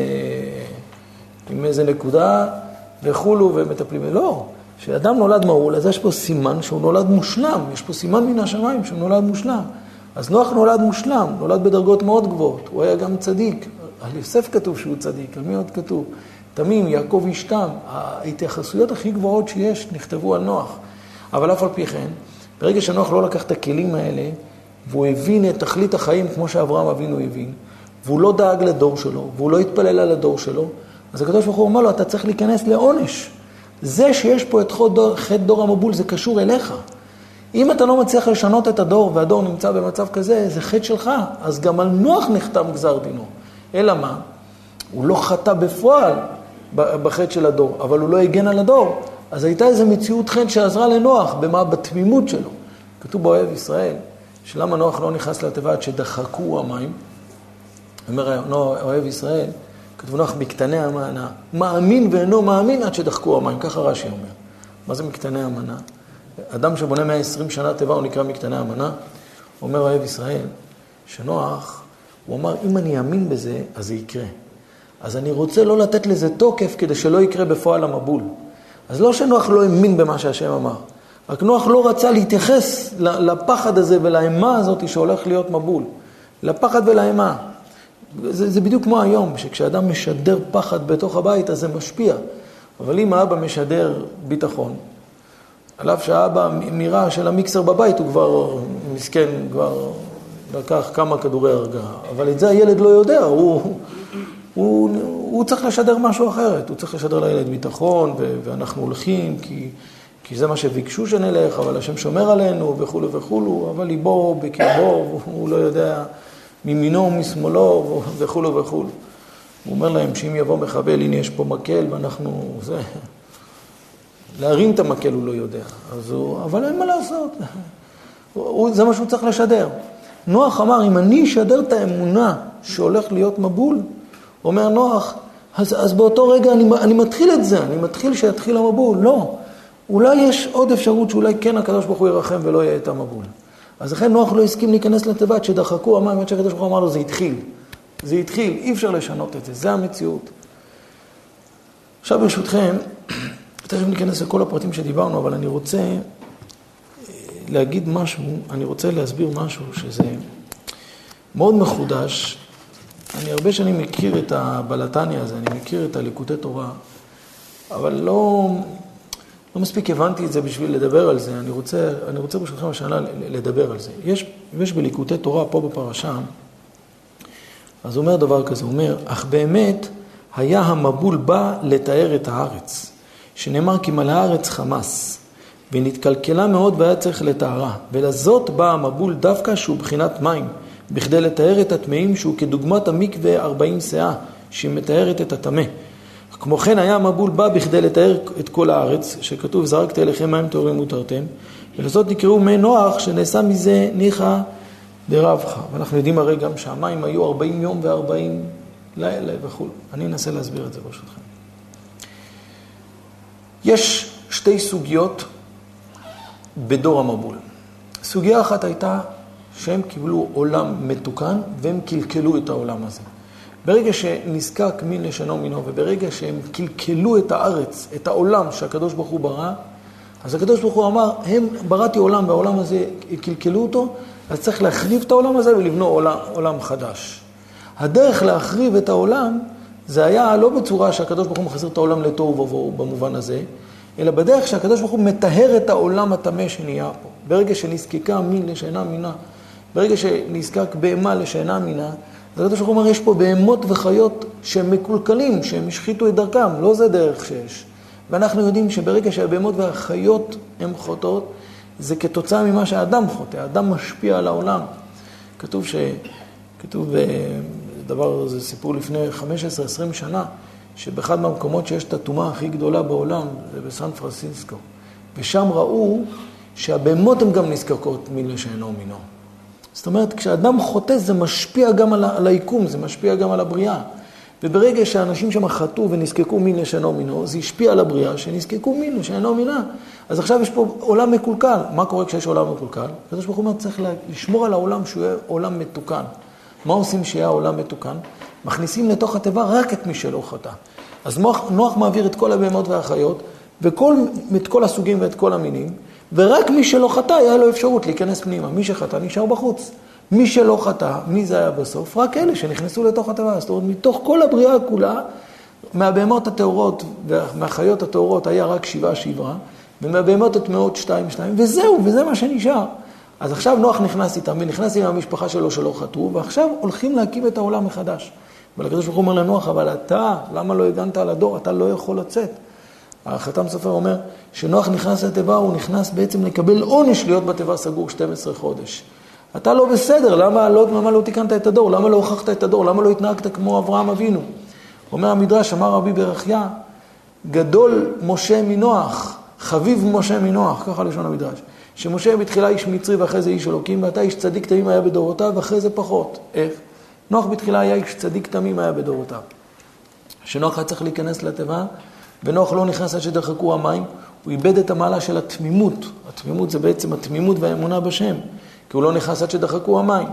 עם איזה נקודה, וכולו ומטפלים. לא, כשאדם נולד מעול, אז יש פה סימן שהוא נולד מושלם. יש פה סימן מן השמיים שהוא נולד מושלם. אז נוח נולד מושלם, נולד בדרגות מאוד גבוהות. הוא היה גם צדיק. על יוסף כתוב שהוא צדיק, על מי עוד כתוב? תמים, יעקב אשתם, ההתייחסויות הכי גבוהות שיש נכתבו על נוח. אבל אף על פי כן, ברגע שנוח לא לקח את הכלים האלה, והוא הבין את תכלית החיים כמו שאברהם אבינו הבין, והוא לא דאג לדור שלו, והוא לא התפלל על הדור שלו, אז הקדוש ברוך הוא אומר לו, אתה צריך להיכנס לעונש. זה שיש פה את חטא דור המבול, זה קשור אליך. אם אתה לא מצליח לשנות את הדור, והדור נמצא במצב כזה, זה חטא שלך. אז גם על נוח נחתם גזר דינו. אלא מה? הוא לא חטא בפועל בחטא של הדור, אבל הוא לא הגן על הדור. אז הייתה איזו מציאות חטא שעזרה לנוח, במה? בתמימות שלו. כתוב באוהב ישראל, שלמה נוח לא נכנס לתיבה עד שדחקו המים. אומר אוהב ישראל, כתוב נוח מקטני המענה, מאמין ואינו מאמין עד שדחקו המים. ככה רש"י אומר. מה זה מקטני המענה? אדם שבונה 120 שנה תיבה הוא נקרא מקטני המענה. אומר אוהב ישראל, שנוח, הוא אמר, אם אני אאמין בזה, אז זה יקרה. אז אני רוצה לא לתת לזה תוקף כדי שלא יקרה בפועל המבול. אז לא שנוח לא האמין במה שהשם אמר, רק נוח לא רצה להתייחס לפחד הזה ולאימה הזאת שהולך להיות מבול. לפחד ולאימה. זה בדיוק כמו היום, שכשאדם משדר פחד בתוך הבית, אז זה משפיע. אבל אם האבא משדר ביטחון, על אף שהאבא מירה של המיקסר בבית, הוא כבר מסכן, כבר לקח כמה כדורי הרגעה. אבל את זה הילד לא יודע, הוא צריך לשדר משהו אחרת. הוא צריך לשדר לילד ביטחון, ואנחנו הולכים, כי זה מה שביקשו שנלך, אבל השם שומר עלינו, וכולו וכולו, אבל ליבו בקרבו, הוא לא יודע מימינו ומשמאלו, וכולו וכולו. הוא אומר להם שאם יבוא מחבל, הנה יש פה מקל, ואנחנו, להרים את המקל הוא לא יודע. אבל אין מה לעשות. זה מה שהוא צריך לשדר. נוח אמר, אם אני אשדר את האמונה שהולך להיות מבול, אומר נוח, אז באותו רגע אני מתחיל את זה, אני מתחיל שיתחיל המבול. לא. אולי יש עוד אפשרות שאולי כן הקדוש ברוך הוא ירחם ולא יהיה את המבול. אז לכן נוח לא הסכים להיכנס לתיבה, שדחקו המים, עד שהקדוש ברוך הוא אמר לו, זה התחיל. זה התחיל, אי אפשר לשנות את זה, זה המציאות. עכשיו ברשותכם, תכף ניכנס לכל הפרטים שדיברנו, אבל אני רוצה להגיד משהו, אני רוצה להסביר משהו שזה מאוד מחודש. אני הרבה שנים מכיר את הבלטניה הזה, אני מכיר את הליקוטי תורה, אבל לא מספיק הבנתי את זה בשביל לדבר על זה. אני רוצה ברשותכם השנה לדבר על זה. יש בליקוטי תורה פה בפרשה, אז הוא אומר דבר כזה, הוא אומר, אך באמת היה המבול בא לתאר את הארץ, שנאמר כי מלא הארץ חמס, ונתקלקלה מאוד והיה צריך לתארה, ולזאת בא המבול דווקא שהוא בחינת מים, בכדי לתאר את הטמאים שהוא כדוגמת המקווה 40 שאה, שהיא מתארת את הטמא. כמו כן היה המבול בא בכדי לתאר את כל הארץ, שכתוב זרקת אליכם מים טהורים ותרתם, ולזאת נקראו מי נוח שנעשה מזה ניחא דרבך. ואנחנו יודעים הרי גם שהמים היו 40 יום ו40 לילה וכו'. אני אנסה להסביר את זה ברשותכם. יש שתי סוגיות בדור המבול. סוגיה אחת הייתה שהם קיבלו עולם מתוקן והם קלקלו את העולם הזה. ברגע שנזקק מין לשנו מינו, וברגע שהם קלקלו את הארץ, את העולם שהקדוש ברוך הוא ברא, אז הקדוש ברוך הוא אמר, הם בראתי עולם והעולם הזה קלקלו אותו, אז צריך להחריב את העולם הזה ולבנות עולם חדש. הדרך להחריב את העולם, זה היה לא בצורה שהקדוש ברוך הוא מחזיר את העולם לתוהו ובוהו במובן הזה, אלא בדרך שהקדוש ברוך הוא מטהר את העולם הטמא שנהיה פה. ברגע שנזקקה מין לשאינה מינה, ברגע שנזקק בהמה לשאינה מינה, אז הקדוש ברוך הוא אומר, יש פה בהמות וחיות שהם מקולקלים, שהם השחיתו את דרכם, לא זה דרך שיש. ואנחנו יודעים שברגע שהבהמות והחיות הן חוטאות, זה כתוצאה ממה שהאדם חוטא, האדם משפיע על העולם. כתוב דבר, זה סיפור לפני 15-20 שנה, שבאחד מהמקומות שיש את הטומאה הכי גדולה בעולם, זה בסן פרנסיסקו. ושם ראו שהבהמות הן גם נזקקות מין לשאינו מינו. זאת אומרת, כשאדם חוטא זה משפיע גם על היקום, זה משפיע גם על הבריאה. וברגע שהאנשים שם חטאו ונזקקו מין לשאינו מינו, זה השפיע על הבריאה שנזקקו מין לשאינו מינה. אז עכשיו יש פה עולם מקולקל. מה קורה כשיש עולם מקולקל? הקדוש ברוך הוא אומר, צריך לשמור על העולם שהוא יהיה עולם מתוקן. מה עושים שיהיה העולם מתוקן? מכניסים לתוך הטבע רק את מי שלא חטא. אז נוח מעביר את כל הבהמות והחיות, את כל הסוגים ואת כל המינים, ורק מי שלא חטא היה לו אפשרות להיכנס פנימה. מי שחטא נשאר בחוץ. מי שלא חטא, מי זה היה בסוף? רק אלה שנכנסו לתוך הטבע. זאת אומרת, מתוך כל הבריאה כולה, מהבהמות הטהורות ומהחיות הטהורות היה רק 7, ומהבהמות הטמאות 2, וזהו, וזה מה שנשאר. אז עכשיו נוח נכנס איתם, ונכנס עם המשפחה שלו שלא חטאו, ועכשיו הולכים להקים את העולם מחדש. אבל הקדוש ברוך הוא אומר לנוח, אבל אתה, למה לא הגנת על הדור? אתה לא יכול לצאת. החתם סופר אומר שנוח נכנס לתיבה, הוא נכנס בעצם לקבל עונש להיות בתיבה סגור 12 חודש. אתה לא בסדר, למה לא תיקנת את הדור? למה לא הוכחת את הדור? למה לא התנהגת כמו אברהם אבינו? אומר המדרש, אמר רבי ברכיה, גדול משה מנוח, חביב משה מנוח, ככה לשון המדרש. שמשה בתחילה איש מצרי ואחרי זה איש אלוקים, ואתה איש צדיק תמים היה בדורותיו ואחרי זה פחות. איך? נוח בתחילה היה איש צדיק תמים היה בדורותיו. שנוח היה צריך להיכנס לתיבה, ונוח לא נכנס עד שדחקו המים, הוא איבד את המעלה של התמימות. התמימות זה בעצם התמימות והאמונה בשם, כי הוא לא נכנס עד שדחקו המים.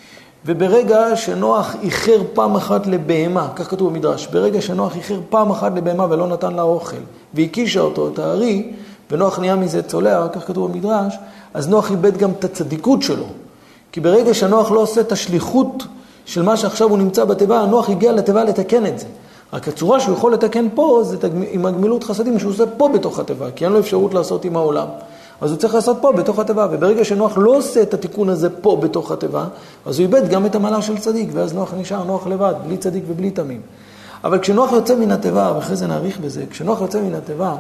וברגע שנוח איחר פעם אחת לבהמה, כך כתוב במדרש, ברגע שנוח איחר פעם אחת לבהמה ולא נתן לה אוכל, והקישה אותו, את הארי, ונוח נהיה מזה צולע, כך כתוב במדרש, אז נוח איבד גם את הצדיקות שלו. כי ברגע שנוח לא עושה את השליחות של מה שעכשיו הוא נמצא בתיבה, נוח הגיע לתיבה לתקן את זה. רק הצורה שהוא יכול לתקן פה, זה עם הגמילות חסדים שהוא עושה פה בתוך התיבה, כי אין לו אפשרות לעשות עם העולם. אז הוא צריך לעשות פה בתוך התיבה, וברגע שנוח לא עושה את התיקון הזה פה בתוך התיבה, אז הוא איבד גם את המעלה של צדיק, ואז נוח נשאר נוח לבד, בלי צדיק ובלי תמים. אבל כשנוח יוצא מן התיבה, ואחרי זה נעריך בזה, כשנוח יוצא מן התיבה,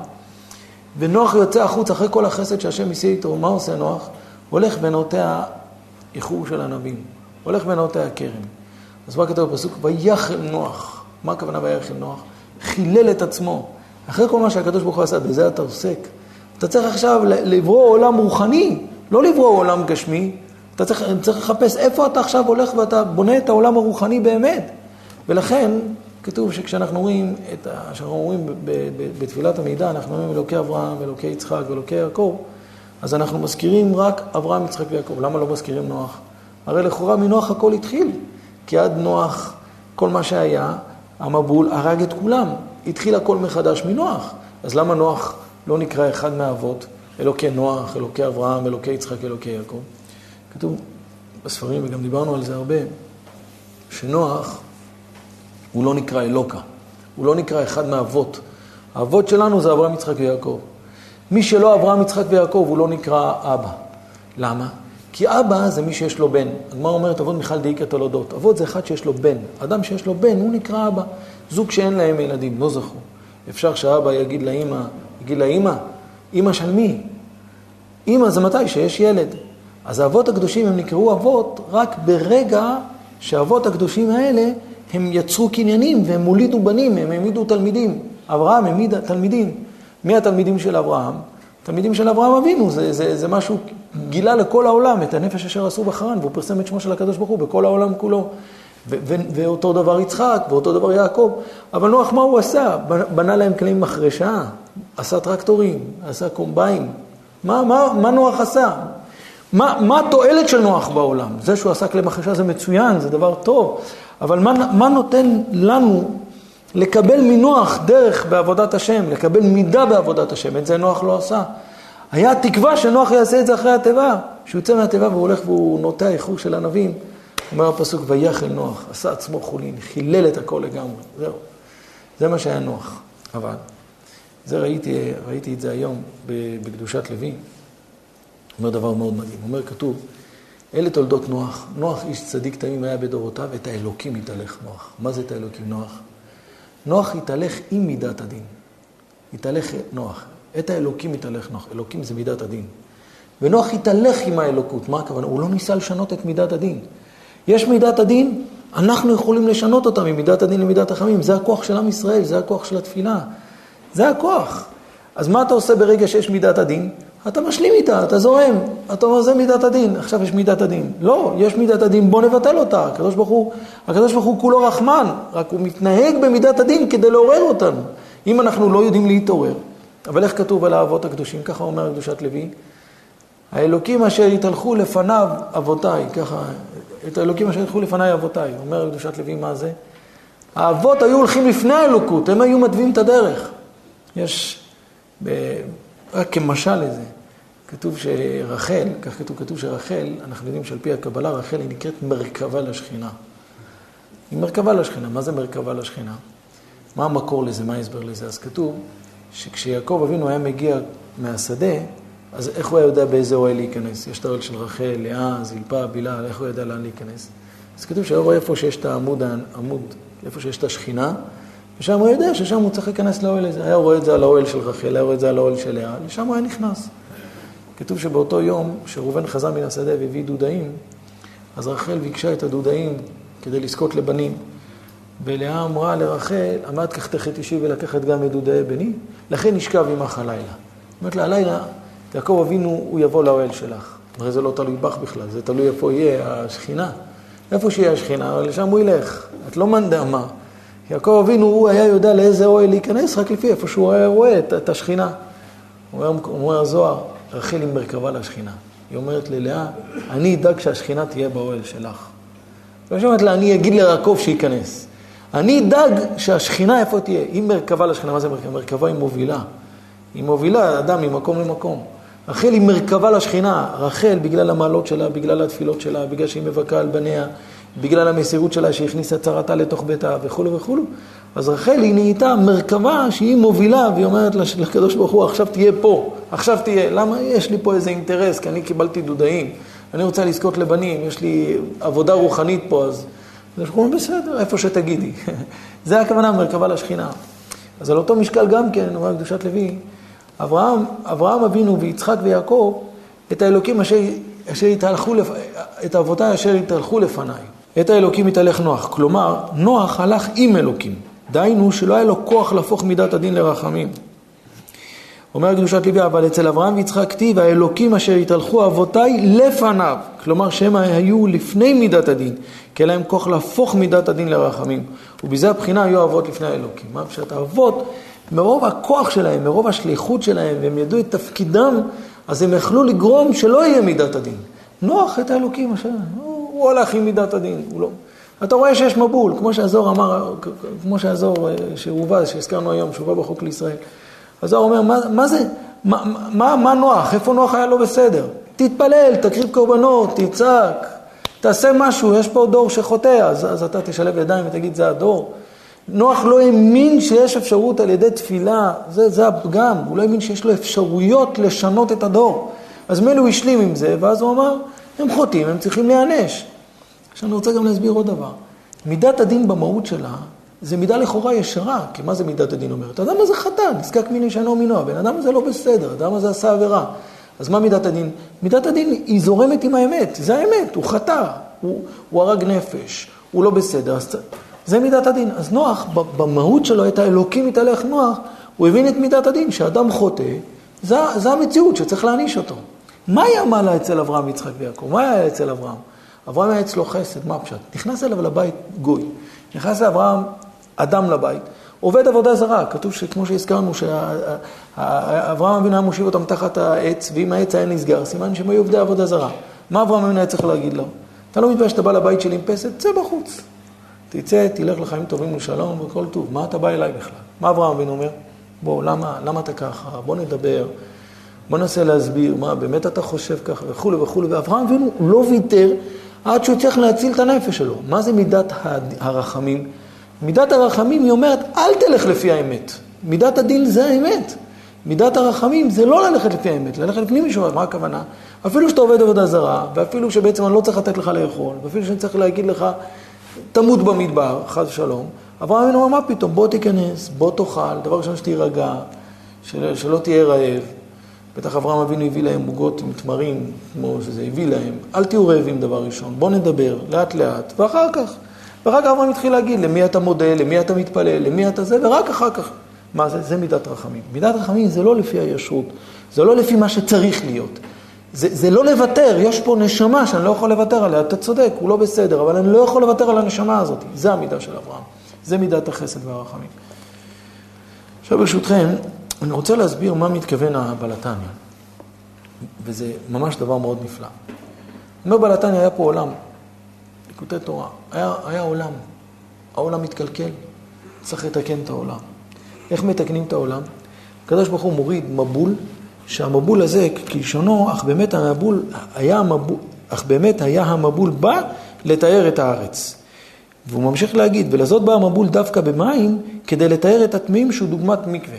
ונוח יוצא החוץ אחרי כל החסד שהשם עושה איתו, מה עושה נוח? הולך בנאותיה איחור של הנביאים, הולך בנאותיה כרם. אז מה כתוב בפסוק? ויחל נוח. מה הכוונה ויחל נוח? חילל את עצמו. אחרי כל מה שהקדוש ברוך הוא עשה, בזה אתה עוסק. אתה צריך עכשיו לברוא עולם רוחני, לא לברוא עולם גשמי. אתה צריך לחפש איפה אתה עכשיו הולך ואתה בונה את העולם הרוחני באמת. ולכן כתוב שכשאנחנו רואים בתפילת המידע, אנחנו רואים אלוקי אברהם, אלוקי יצחק ואלוקי יעקב, אז אנחנו מזכירים רק אברהם, יצחק ויעקב. למה לא מזכירים נוח? הרי לכאורה מנוח הכל התחיל. כי עד נוח, כל מה שהיה, המבול הרג את כולם. התחיל הכל מחדש מנוח. אז למה נוח לא נקרא אחד מהאבות? אלוקי נוח, אלוקי אברהם, אלוקי יצחק, אלוקי יעקב. כתוב בספרים, וגם דיברנו על זה הרבה, שנוח הוא לא נקרא אלוקה. הוא לא נקרא אחד מהאבות. האבות שלנו זה אברהם, יצחק ויעקב. מי שלא אברהם, יצחק ויעקב הוא לא נקרא אבא. למה? כי אבא זה מי שיש לו בן. הגמרא אומרת, אבות מיכל דאיקה תולדות. אבות זה אחד שיש לו בן. אדם שיש לו בן, הוא נקרא אבא. זוג שאין להם ילדים, לא זכו. אפשר שהאבא יגיד לאמא, אמא של מי? אמא זה מתי? שיש ילד. אז האבות הקדושים הם נקראו אבות רק ברגע שהאבות הקדושים האלה הם יצרו קניינים והם מולידו בנים, הם העמידו תלמידים. אברהם העמיד תלמידים. מי התלמידים של אברהם? תלמידים של אברהם אבינו, זה משהו גילה לכל העולם, את הנפש אשר עשו בחרן, והוא פרסם את שמו של הקדוש ברוך הוא בכל העולם כולו. ואותו דבר יצחק, ואותו דבר יעקב. אבל נוח מה הוא עשה? בנה להם כלים מחרשה, עשה טרקטורים, עשה קומביים. מה נוח עשה? מה התועלת של נוח בעולם? זה שהוא עשה כלי מחרשה זה מצוין, זה דבר טוב. אבל מה נותן לנו לקבל מנוח דרך בעבודת השם, לקבל מידה בעבודת השם? את זה נוח לא עשה. היה תקווה שנוח יעשה את זה אחרי התיבה. שהוא יוצא מהתיבה והוא הולך והוא נוטע איחור של ענבים. אומר הפסוק, ויחל נוח, עשה עצמו חולין, חילל את הכל לגמרי. זהו. זה מה שהיה נוח. אבל, זה ראיתי את זה היום בקדושת לוי. אומר דבר מאוד מדהים. אומר כתוב, אלה תולדות נוח. נוח איש צדיק תמים היה בדורותיו, את האלוקים יתהלך נוח. מה זה את האלוקים נוח? נוח יתהלך עם מידת הדין. יתהלך נוח. את האלוקים יתהלך נוח. אלוקים זה מידת הדין. ונוח יתהלך עם האלוקות. מה הכוונה? הוא לא ניסה לשנות את מידת הדין. יש מידת הדין, אנחנו יכולים לשנות אותה ממידת הדין למידת החמים. זה הכוח של עם ישראל, זה הכוח של התפילה. זה הכוח. אז מה אתה עושה ברגע שיש מידת הדין? אתה משלים איתה, אתה זורם, אתה אומר, זה מידת הדין, עכשיו יש מידת הדין. לא, יש מידת הדין, בוא נבטל אותה. הקדוש ברוך הוא כולו רחמן, רק הוא מתנהג במידת הדין כדי לעורר אותנו. אם אנחנו לא יודעים להתעורר, אבל איך כתוב על האבות הקדושים, ככה אומר קדושת לוי, האלוקים אשר יתהלכו לפניו אבותיי, ככה, את האלוקים אשר יתהלכו לפניי אבותיי, אומר קדושת לוי מה זה? האבות היו הולכים לפני האלוקות, הם היו מדווים את הדרך. יש, רק כמשל לזה, כתוב שרחל, כך כתוב שרחל, אנחנו יודעים שעל פי הקבלה, רחל היא נקראת מרכבה לשכינה. היא מרכבה לשכינה. מה זה מרכבה לשכינה? מה המקור לזה? מה ההסבר לזה? אז כתוב שכשיעקב אבינו היה מגיע מהשדה, אז איך הוא היה יודע באיזה אוהל להיכנס? יש את האוהל של רחל, לאה, זלפה, בילה, איך הוא יודע לאן להיכנס? אז כתוב שהוא רואה איפה שיש את העמוד, איפה שיש את השכינה, ושם הוא יודע ששם הוא צריך להיכנס לאוהל הזה. היה רואה את זה על האוהל של רחל, היה רואה את זה על האוהל של לאה, לשם הוא היה נכנס. כתוב שבאותו יום שראובן חזר מן השדה והביא דודאים, אז רחל ביקשה את הדודאים כדי לזכות לבנים. ולאה אמרה לרחל, עמד כך תחת אישי ולקחת גם את דודאי בני, לכן נשכב עמך הלילה. אומרת לה, הלילה, יעקב אבינו הוא יבוא לאוהל שלך. הרי זה לא תלוי בך בכלל, זה תלוי איפה יהיה השכינה. איפה שיהיה השכינה, לשם הוא ילך. את לא מנדה מה. יעקב אבינו הוא היה יודע לאיזה אוהל להיכנס, רק לפי איפה שהוא היה רואה את השכינה. אומר הזוהר, רחל היא מרכבה לשכינה. היא אומרת ללאה, אני אדאג שהשכינה תהיה באוהל שלך. והיא אומרת לה, אני אגיד ליעקב שייכנס. אני אדאג שהשכינה איפה תהיה. היא מרכבה לשכינה. מה זה מרכבה? מרכבה היא מובילה. היא מובילה אדם ממקום למקום. רחל היא מרכבה לשכינה. רחל, בגלל המעלות שלה, בגלל התפילות שלה, בגלל שהיא מבכה על בניה, בגלל המסירות שלה שהכניסה צרתה לתוך ביתה וכו' וכו'. אז רחל היא נהייתה מרכבה שהיא מובילה, והיא אומרת לקדוש ברוך הוא, עכשיו תהיה פה, עכשיו תהיה. למה? יש לי פה איזה אינטרס, כי אני קיבלתי דודאים, אני רוצה לזכות לבנים, יש לי עבודה רוחנית פה, אז אנחנו אומרים, בסדר, איפה שתגידי. זה הכוונה, מרכבה לשכינה. אז על אותו משקל גם כן, אומר קדושת לוי, אברהם אבינו ויצחק ויעקב, את האלוקים אשר יתהלכו, את אבותיי אשר יתהלכו לפניי. את האלוקים יתהלך נוח. כלומר, נוח הלך עם אלוקים. דיינו שלא היה לו כוח להפוך מידת הדין לרחמים. אומר קדושת לוי, אבל אצל אברהם ויצחק כתיב, האלוקים אשר יתהלכו אבותיי לפניו. כלומר, שהם היו לפני מידת הדין, כי היה להם כוח להפוך מידת הדין לרחמים. ובזה הבחינה היו אבות לפני האלוקים. מה פשוט האבות, מרוב הכוח שלהם, מרוב השליחות שלהם, והם ידעו את תפקידם, אז הם יכלו לגרום שלא יהיה מידת הדין. נוח את האלוקים אשר, הוא הולך עם מידת הדין, הוא לא. אתה רואה שיש מבול, כמו שהזוהר אמר, כמו שהזוהר שהובא, שהזכרנו היום, שהובא בחוק לישראל. הזוהר אומר, מה זה? מה נוח? איפה נוח היה לא בסדר? תתפלל, תקריב קורבנות, תצעק, תעשה משהו, יש פה דור שחוטא, אז אתה תשלב ידיים ותגיד, זה הדור. נוח לא האמין שיש אפשרות על ידי תפילה, זה הפגם, הוא לא האמין שיש לו אפשרויות לשנות את הדור. אז מילא הוא השלים עם זה, ואז הוא אמר, הם חוטאים, הם צריכים להיענש. עכשיו אני רוצה גם להסביר עוד דבר. מידת הדין במהות שלה, זה מידה לכאורה ישרה, כי מה זה מידת הדין אומרת? האדם הזה חטא, נזקק מיני שנו מינו, הבן אדם הזה לא בסדר, האדם הזה עשה עבירה. אז מה מידת הדין? מידת הדין היא זורמת עם האמת, זה האמת, הוא חטא, הוא הרג נפש, הוא לא בסדר, אז זה מידת הדין. אז נוח, במהות שלו, את האלוקים מתהלך נוח, הוא הבין את מידת הדין, שאדם חוטא, זה המציאות שצריך להעניש אותו. מה היה מעלה אצל אברהם, יצחק ויעקב? מה היה אצל אברהם? אברהם היה אצלו חסד, מה פשט? נכנס אליו לבית גוי. נכנס לאברהם אדם לבית, עובד עבודה זרה. כתוב שכמו שהזכרנו, שאברהם אבינו היה מושיב אותם תחת העץ, ואם העץ היה נסגר, סימן שהם היו עובדי עבודה זרה. מה אברהם אבינו היה צריך להגיד לו? אתה לא מתבייש שאתה בא לבית שלי עם פסד? צא בחוץ. תצא, תלך לחיים טובים ושלום וכל טוב. מה אתה בא אליי בכלל? מה אברהם אבינו אומר? בוא, למה אתה ככה? בוא נדבר. בוא ננסה להסביר מה באמת אתה חושב ככה וכו' וכו'. ואברהם אבינו לא ויתר עד שהוא צריך להציל את הנפש שלו. מה זה מידת הרחמים? מידת הרחמים היא אומרת, אל תלך לפי האמת. מידת הדין זה האמת. מידת הרחמים זה לא ללכת לפי האמת, ללכת לפני מישהו. מה הכוונה? אפילו שאתה עובד עבודה זרה, ואפילו שבעצם אני לא צריך לתת לך לאכול, ואפילו שאני צריך להגיד לך, תמות במדבר, חס ושלום. אברהם אבינו אומר, מה פתאום? בוא תיכנס, בוא תאכל, דבר ראשון שתירגע, שלא תהיה רעב. בטח אברהם אבינו הביא להם מוגות עם תמרים, כמו שזה הביא להם. אל תהיו רעבים דבר ראשון, בוא נדבר לאט לאט, ואחר כך אברהם התחיל להגיד למי אתה מודה, למי אתה מתפלל, למי אתה זה, ורק אחר כך מה זה? זה מידת רחמים. מידת רחמים זה לא לפי הישרות, זה לא לפי מה שצריך להיות. זה לא לוותר, יש פה נשמה שאני לא יכול לוותר עליה, אתה צודק, הוא לא בסדר, אבל אני לא יכול לוותר על הנשמה הזאת. זה המידה של אברהם, זה מידת החסד והרחמים. עכשיו ברשותכם, אני רוצה להסביר מה מתכוון הבעל התניא, וזה ממש דבר מאוד נפלא. אומר בעל התניא, היה פה עולם, ליקוטי תורה, היה עולם, העולם מתקלקל, צריך לתקן את העולם. איך מתקנים את העולם? הקדוש ברוך הוא מוריד מבול, שהמבול הזה כלשונו, אך באמת היה המבול בא לתאר את הארץ. והוא ממשיך להגיד, ולזאת בא המבול דווקא במים, כדי לתאר את הטמאים שהוא דוגמת מקווה.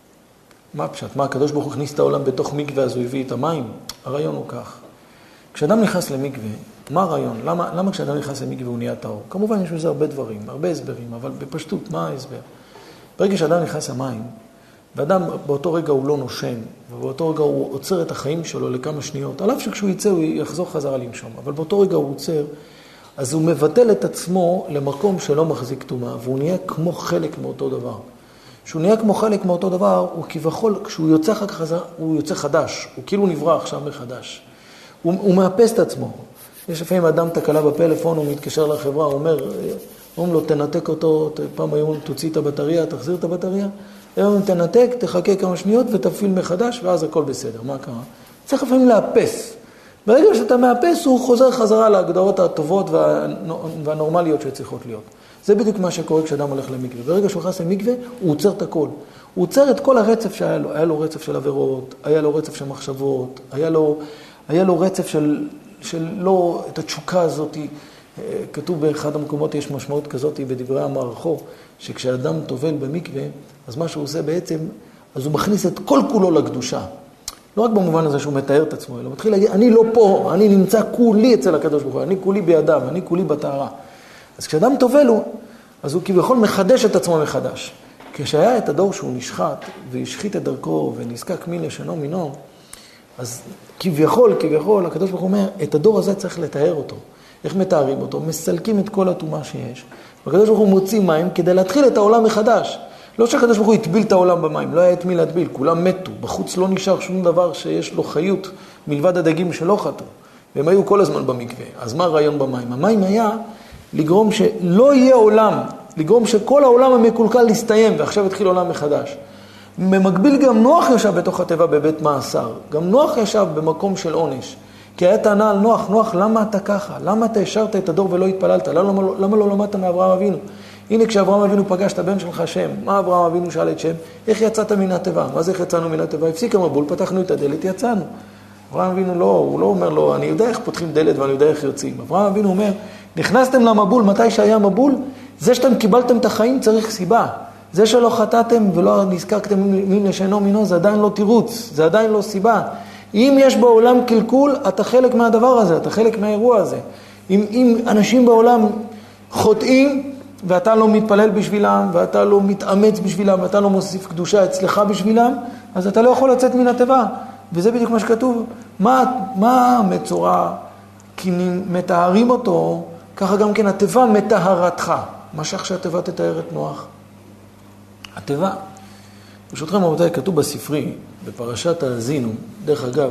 מה פשט? מה, הקדוש ברוך הוא הכניס את העולם בתוך מקווה, אז הוא הביא את המים? הרעיון הוא כך. כשאדם נכנס למקווה, מה הרעיון? למה כשאדם נכנס למקווה הוא נהיה טהור? כמובן יש בזה הרבה דברים, הרבה הסברים, אבל בפשטות, מה ההסבר? ברגע שאדם נכנס למים, ואדם באותו רגע הוא לא נושם, ובאותו רגע הוא עוצר את החיים שלו לכמה שניות, עליו שכשהוא יצא הוא יחזור חזרה לנשום, אבל באותו רגע הוא עוצר, אז הוא מבטל את עצמו למקום שלא מחזיק טומאה, והוא נהיה כמו חלק מאותו דבר. כשהוא נהיה כמו חלק מאותו דבר, הוא כביכול, כשהוא יוצא אחר כך חזרה, הוא יוצא חדש, הוא כאילו נברא עכשיו מחדש. הוא מאפס את עצמו. יש לפעמים אדם תקלה בפלאפון, הוא מתקשר לחברה, הוא אומר לו, תנתק אותו, פעם היום תוציא את הבטריה, תחזיר את הבטריה, היום תנתק, תחכה כמה שניות ותפעיל מחדש, ואז הכל בסדר. מה קרה? צריך לפעמים לאפס. ברגע שאתה מאפס, הוא חוזר חזרה להגדרות הטובות והנורמליות שצריכות להיות. זה בדיוק מה שקורה כשאדם הולך למקווה. ברגע שהוא נכנס למקווה, הוא עוצר את הכל. הוא עוצר את כל הרצף שהיה לו. היה לו רצף של עבירות, היה לו רצף של מחשבות, היה לו רצף של לא, את התשוקה הזאת. כתוב באחד המקומות, יש משמעות כזאת בדברי המערכו, שכשאדם טובל במקווה, אז מה שהוא עושה בעצם, אז הוא מכניס את כל כולו לקדושה. לא רק במובן הזה שהוא מתאר את עצמו, אלא מתחיל להגיד, אני לא פה, אני נמצא כולי אצל הקדוש ברוך הוא, אני כולי בידם, אני כולי בטהרה. אז כשאדם טובל הוא, אז הוא כביכול מחדש את עצמו מחדש. כשהיה את הדור שהוא נשחט, והשחית את דרכו, ונזקק מין לשנו מינו, אז כביכול, הקדוש ברוך הוא אומר, את הדור הזה צריך לתאר אותו. איך מתארים אותו? מסלקים את כל הטומאה שיש. והקדוש ברוך הוא מוציא מים כדי להתחיל את העולם מחדש. לא שהקדוש ברוך הוא יטביל את העולם במים, לא היה את מי להטביל, כולם מתו. בחוץ לא נשאר שום דבר שיש לו חיות מלבד הדגים שלא חטאו. והם היו כל הזמן במקווה. אז מה הרעיון במים? המים היה לגרום שלא יהיה עולם, לגרום שכל העולם המקולקל יסתיים, ועכשיו התחיל עולם מחדש. במקביל גם נוח ישב בתוך הטבע בבית מאסר. גם נוח ישב במקום של עונש. כי היה טענה על נוח, למה אתה ככה? למה אתה השארת את הדור ולא התפללת? למה לא למדת מאברהם אבינו? הנה כשאברהם אבינו פגש את הבן שלך שם, מה אברהם אבינו שאל את שם? איך יצאת מן התיבה? מה זה איך יצאנו מן התיבה? הפסיק המבול, פתחנו את הדלת, יצאנו. אברהם אבינו הוא לא אומר לו, אני יודע איך פותחים דלת ואני יודע איך יוצאים. אברהם אבינו אומר, נכנסתם למבול, מתי שהיה מבול? זה שאתם קיבלתם את החיים צריך סיבה. זה שלא חטאתם ולא נזקקתם מין לשנו מינו, זה עדיין לא תירוץ, זה עדיין לא סיבה. אם יש בעולם קלקול, אתה חלק מהדבר הזה, אתה חלק מהאירוע הזה. אם אנשים בעולם חוטאים, ואתה לא מתפלל בשבילם, ואתה לא מתאמץ בשבילם, ואתה לא מוסיף קדושה אצלך בשבילם, אז אתה לא יכול לצאת מן התיבה. וזה בדיוק מה שכתוב. מה המצורע? כי מתארים אותו, ככה גם כן התיבה מטהרתך. מה שהתיבה תתאר את נוח? התיבה. ברשותכם רבותיי, כתוב בספרי, בפרשת האזינו, דרך אגב,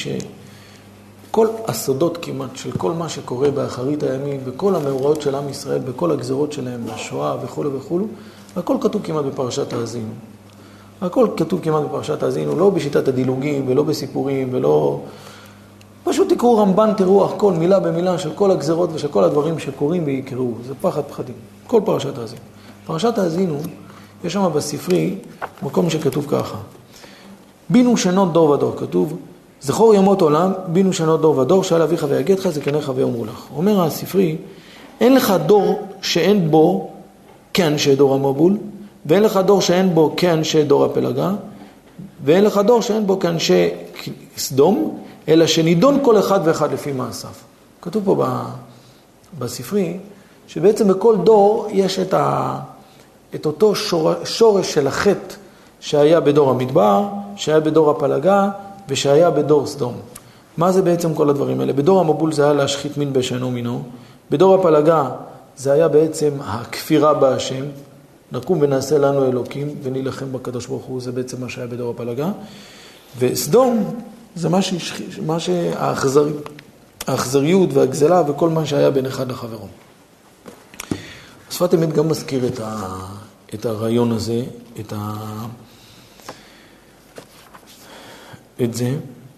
כל הסודות כמעט של כל מה שקורה באחרית הימים, וכל המאורעות של עם ישראל, בכל הגזרות שלהם, השואה וכו' וכו', הכל כתוב כמעט בפרשת האזינו. הכל כתוב כמעט בפרשת האזינו, לא בשיטת הדילוגים ולא בסיפורים ולא... פשוט תקראו רמב"ן, תראו הכל מילה במילה של כל הגזרות ושל כל הדברים שקורים ויקראו. זה פחד פחדים. כל פרשת האזינו. פרשת האזינו, יש שם בספרי מקום שכתוב ככה. בינו שנות דור ודור, כתוב, זכור ימות עולם, בינו שנות דור ודור, שאל אביך ויגדך, זקניך ויאמרו לך. אומר הספרי, אין לך דור שאין בו כאנשי דור המבול, ואין לך דור שאין בו כאנשי דור הפלגה, ואין לך דור שאין בו כאנשי סדום, אלא שנידון כל אחד ואחד לפי מעשיו. כתוב פה בספרי, שבעצם בכל דור יש את אותו שורש של החטא שהיה בדור המדבר, שהיה בדור הפלגה, ושהיה בדור סדום. מה זה בעצם כל הדברים האלה? בדור המבול זה היה להשחית מין בשנו מינו, בדור הפלגה זה היה בעצם הכפירה בהשם, נקום ונעשה לנו אלוקים ונילחם בקדוש ברוך הוא, זה בעצם מה שהיה בדור הפלגה. וסדום זה מה האכזריות והגזלה וכל מה שהיה בין אחד לחברו. השפת אמת גם מזכיר את הרעיון הזה, את זה.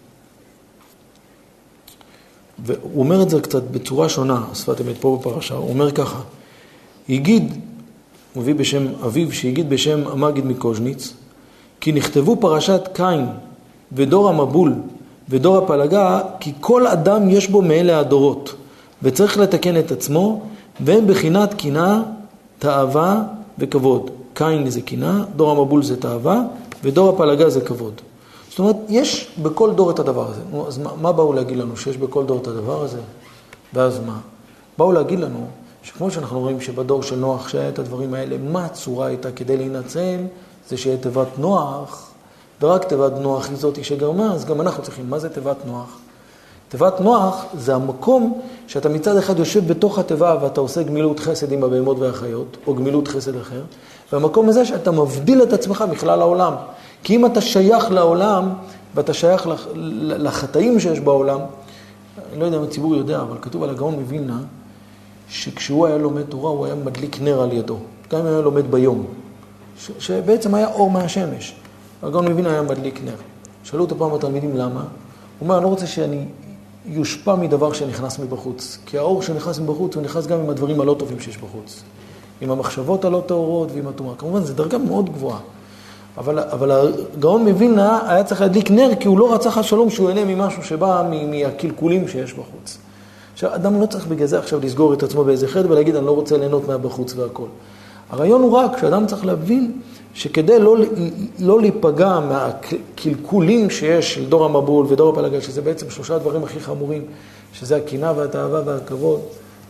והוא אומר את זה קצת בצורה שונה, השפת אמת פה בפרשה. הוא אומר ככה, יגיד, הוא מביא בשם אביו, שיגיד בשם המגיד מקוז'ניץ, כי נכתבו פרשת קין ודור המבול ודור הפלגה, כי כל אדם יש בו מאלה הדורות, וצריך לתקן את עצמו, והם בחינת קינה, תאווה וכבוד. קין זה קינה, דור המבול זה תאווה, ודור הפלגה זה כבוד. זאת אומרת, יש בכל דור את הדבר הזה. אז מה באו להגיד לנו? שיש בכל דור את הדבר הזה? ואז מה? באו להגיד לנו שכמו שאנחנו רואים שבדור של נוח שהיה את הדברים האלה, מה הצורה הייתה כדי להינצל? זה שיהיה תיבת נוח, ורק תיבת נוח היא זאת שגרמה, אז גם אנחנו צריכים. מה זה תיבת נוח? תיבת נוח זה המקום שאתה מצד אחד יושב בתוך התיבה ואתה עושה גמילות חסד עם הבהמות והחיות, או גמילות חסד אחר, והמקום הזה שאתה מבדיל את עצמך מכלל העולם. כי אם אתה שייך לעולם, ואתה שייך לחטאים שיש בעולם, אני לא יודע אם הציבור יודע, אבל כתוב על הגאון מווילנה, שכשהוא היה לומד תורה, הוא היה מדליק נר על ידו. גם אם היה לומד ביום. שבעצם היה אור מהשמש. הגאון מווילנה היה מדליק נר. שאלו אותו פעם התלמידים למה. הוא אומר, אני לא רוצה שאני יושפע מדבר שנכנס מבחוץ. כי האור שנכנס מבחוץ, הוא נכנס גם עם הדברים הלא טובים שיש בחוץ. עם המחשבות הלא טהורות ועם התורה. כמובן, זו דרגה מאוד גבוהה. אבל הגאון מווילנה היה צריך להדליק נר, כי הוא לא רצה חס שלום שהוא ייהנה ממשהו שבא מהקלקולים שיש בחוץ. עכשיו, אדם לא צריך בגלל זה עכשיו לסגור את עצמו באיזה חד ולהגיד, אני לא רוצה ליהנות מהבחוץ והכל. הרעיון הוא רק שאדם צריך להבין שכדי לא להיפגע מהקלקולים שיש של דור המבול ודור הפלגה, שזה בעצם שלושה הדברים הכי חמורים, שזה הקנאה והתאווה והכבוד,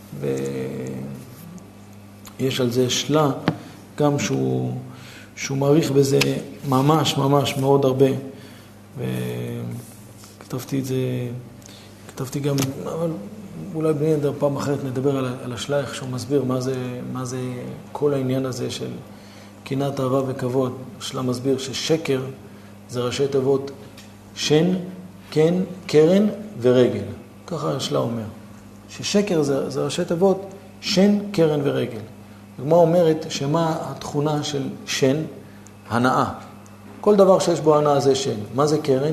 ויש על זה שלה גם שהוא מעריך בזה ממש ממש מאוד הרבה, וכתבתי את זה, כתבתי גם, אבל אולי בני נדר פעם אחרת נדבר על השלייך שהוא מסביר מה זה כל העניין הזה של קנאה, תאווה וכבוד. השלה מסביר ששקר זה ראשי תיבות שן, כן, קרן ורגל. ככה השלה אומר. ששקר זה ראשי תיבות שן, קרן ורגל. הגמרא אומרת שמה התכונה של שן? הנאה. כל דבר שיש בו הנאה זה שן. מה זה קרן?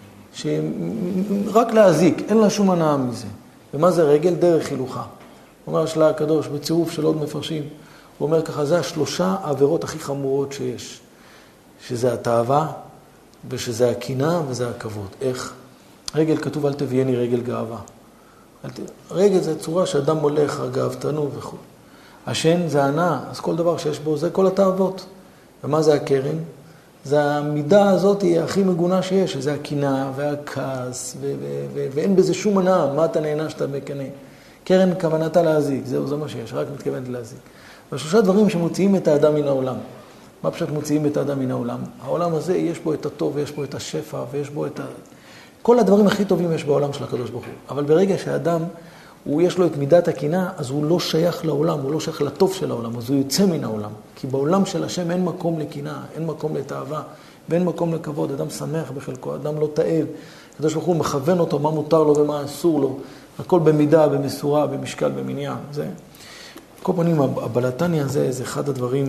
שרק להזיק, אין לה שום הנאה מזה. ומה זה רגל? דרך הילוכה. אומר שלה הקדוש בצירוף של עוד מפרשים, הוא אומר ככה, זה השלושה העבירות הכי חמורות שיש. שזה התאווה, ושזה הקנאה, וזה הכבוד. איך? רגל כתוב, אל תביאני רגל גאווה. רגל זה צורה שאדם הולך, גאוותנו וכו'. השן זה הנאה, אז כל דבר שיש בו זה כל התאוות. ומה זה הקרן? זה המידה הזאת היא הכי מגונה שיש, שזה הקנאה והכעס, ואין בזה שום הנאה, מה אתה נהנה שאתה מקנא. קרן כוונתה להזיק, זה מה שיש, רק מתכוונת להזיק. והשלושה דברים שמוציאים את האדם מן העולם. מה פשוט מוציאים את האדם מן העולם? העולם הזה יש בו את הטוב, ויש בו את השפע, ויש בו את כל הדברים הכי טובים יש בעולם של הקדוש ברוך הוא. אבל ברגע שהאדם, יש לו את מידת הקנאה, אז הוא לא שייך לעולם, הוא לא שייך לטוב של העולם, אז הוא יוצא מן העולם. כי בעולם של השם אין מקום לקנאה, אין מקום לתאווה, ואין מקום לכבוד. אדם שמח בחלקו, אדם לא תאב. הקדוש ברוך הוא מכוון אותו, מה מותר לו ומה אסור לו. הכל במידה, במשורה, במשקל, במניין. זה. כל פנים, הבלתני הזה, זה אחד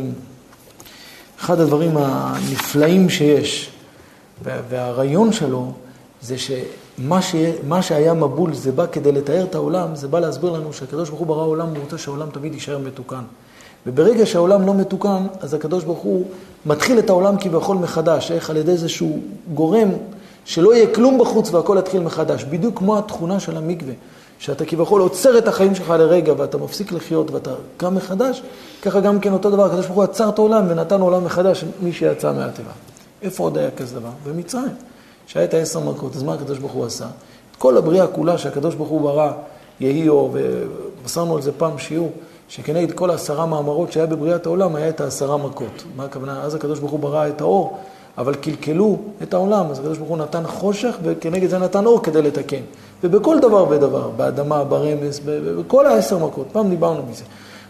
הדברים הנפלאים שיש. והרעיון שלו, זה שמה שהיה מבול זה בא כדי לתאר את העולם, זה בא להסביר לנו שהקדוש ברוך הוא ברא העולם, הוא רוצה שהעולם תמיד יישאר מתוקן. וברגע שהעולם לא מתוקן, אז הקדוש ברוך הוא מתחיל את העולם כביכול מחדש, איך על ידי איזשהו גורם שלא יהיה כלום בחוץ והכל יתחיל מחדש. בדיוק כמו התכונה של המקווה, שאתה כביכול עוצר את החיים שלך לרגע ואתה מפסיק לחיות ואתה קם מחדש, ככה גם כן אותו דבר, הקדוש ברוך הוא עצר את העולם ונתן עולם מחדש מי שיצא מהטבע. איפה עוד היה כזה דבר? במצרים. שהיה את 10 מכות, אז מה הקדוש ברוך הוא עשה? את כל הבריאה כולה שהקדוש ברוך הוא ברא, יהי אור, ובשרנו על זה פעם שיעור, שכנגד כל 10 מאמרות שהיה בבריאת העולם, היה את 10 מכות. מה הכוונה? אז הקדוש ברוך הוא ברא את האור, אבל קלקלו את העולם, אז הקדוש ברוך הוא נתן חושך, וכנגד זה נתן אור כדי לתקן. ובכל דבר ודבר, באדמה, ברמס, בכל 10 מכות, פעם דיברנו מזה.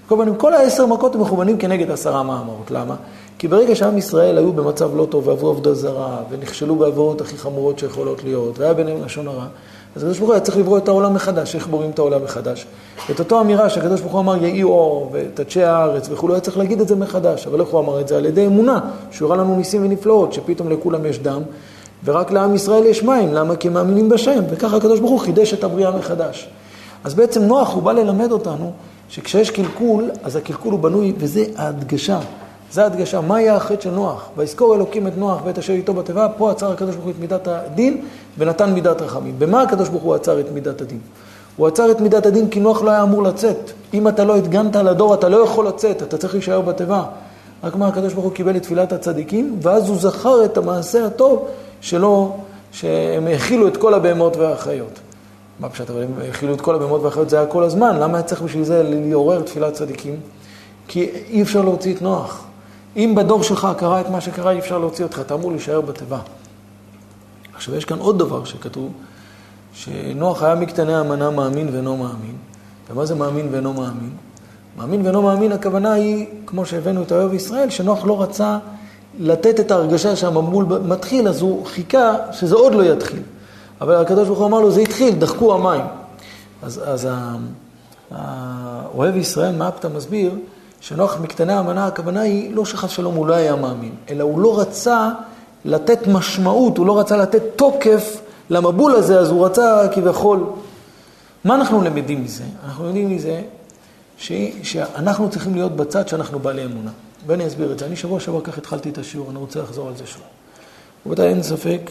כל 10 מכות הם מכוונים כנגד 10 מאמרות. למה? כי ברגע שעם ישראל היו במצב לא טוב ועברו עבודה זרה ונכשלו בעבירות הכי חמורות שיכולות להיות והיה ביניהם לשון הרע, אז הקדוש ברוך הוא היה צריך לברוא את העולם מחדש. איך בוראים את העולם מחדש? את אותו אמירה שהקדוש ברוך הוא אמר יהי אור ותדשי הארץ וכו', היה צריך להגיד את זה מחדש. אבל איך הוא אמר את זה? על ידי אמונה, שהוא הראה לנו ניסים ונפלאות, שפתאום לכולם יש דם ורק לעם ישראל יש מים. למה? כי הם מאמינים בשם, וככה הקדוש ברוך הוא חידש את הבריאה מחדש. אז בעצם נוח הוא בא ללמד אותנו שכשיש קלקול, אז הקלקול הוא בנוי, וזה ההדגשה. זה ההדגשה. מה היה החטא של נוח? ויזכור אלוקים את נוח ואת אשר איתו בתיבה, פה עצר הקדוש ברוך הוא את מידת הדין ונתן מידת רחמים. במה הקדוש ברוך הוא עצר את מידת הדין? הוא עצר את מידת הדין כי נוח לא היה אמור לצאת. אם אתה לא התגנת על הדור, אתה לא יכול לצאת, אתה צריך להישאר בתיבה. רק מה, הקדוש ברוך הוא קיבל את תפילת הצדיקים, ואז הוא זכר את המעשה הטוב שלו, שהם הכילו את כל הבהמות והחיות. מה פשוט? אבל הם הכילו את כל הבהמות והחיות, זה היה כל הזמן. למה היה צריך בשביל זה לעורר תפילת צדיקים? כי אי אפשר להוציא את נוח. אם בדור שלך קרה את מה שקרה, אי אפשר להוציא אותך, אתה אמור להישאר בתיבה. עכשיו, יש כאן עוד דבר שכתוב, שנוח היה מקטני האמנה מאמין ואינו מאמין. ומה זה מאמין ואינו מאמין? מאמין ואינו מאמין, הכוונה היא, כמו שהבאנו את האוהב ישראל, שנוח לא רצה לתת את ההרגשה שהממול מתחיל, אז הוא חיכה שזה עוד לא יתחיל. אבל הקדוש ברוך הוא אמר לו, זה התחיל, דחקו המים. אז האוהב ישראל, מה אתה מסביר? שנוח מקטני האמנה, הכוונה היא לא שחס שלום הוא לא היה מאמין, אלא הוא לא רצה לתת משמעות, הוא לא רצה לתת תוקף למבול הזה, אז הוא רצה כביכול. מה אנחנו למדים מזה? אנחנו למדים מזה שאנחנו צריכים להיות בצד שאנחנו בעלי אמונה. ואני אסביר את זה. אני שבוע שעבר כך התחלתי את השיעור, אני רוצה לחזור על זה שוב. ובתאי אין ספק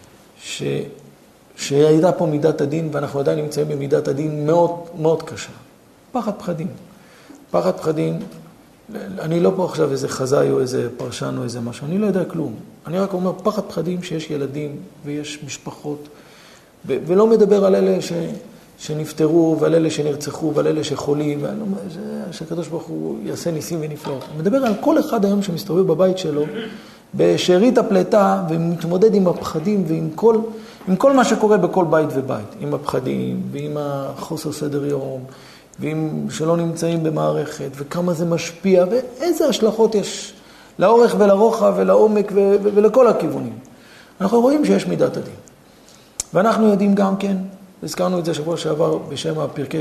שהייתה פה מידת הדין, ואנחנו עדיין נמצאים במידת הדין מאוד מאוד קשה. פחד פחדים. פחד פחדים, אני לא פה עכשיו איזה חזאי או איזה פרשן או איזה משהו, אני לא יודע כלום. אני רק אומר פחד פחדים שיש ילדים ויש משפחות, ולא מדבר על אלה שנפטרו ועל אלה שנרצחו ועל אלה שחולים, שהקדוש ברוך הוא יעשה ניסים ונפלאות. אני מדבר על כל אחד היום שמסתובב בבית שלו, בשארית הפלטה ומתמודד עם הפחדים ועם כל מה שקורה בכל בית ובית, עם הפחדים ועם החוסר סדר יום, ועם שלא נמצאים במערכת, וכמה זה משפיע, ואיזה השלכות יש לאורך ולרוחב ולעומק ולכל הכיוונים. אנחנו רואים שיש מידת הדין. ואנחנו יודעים גם כן, הזכרנו את זה שבוע שעבר בשם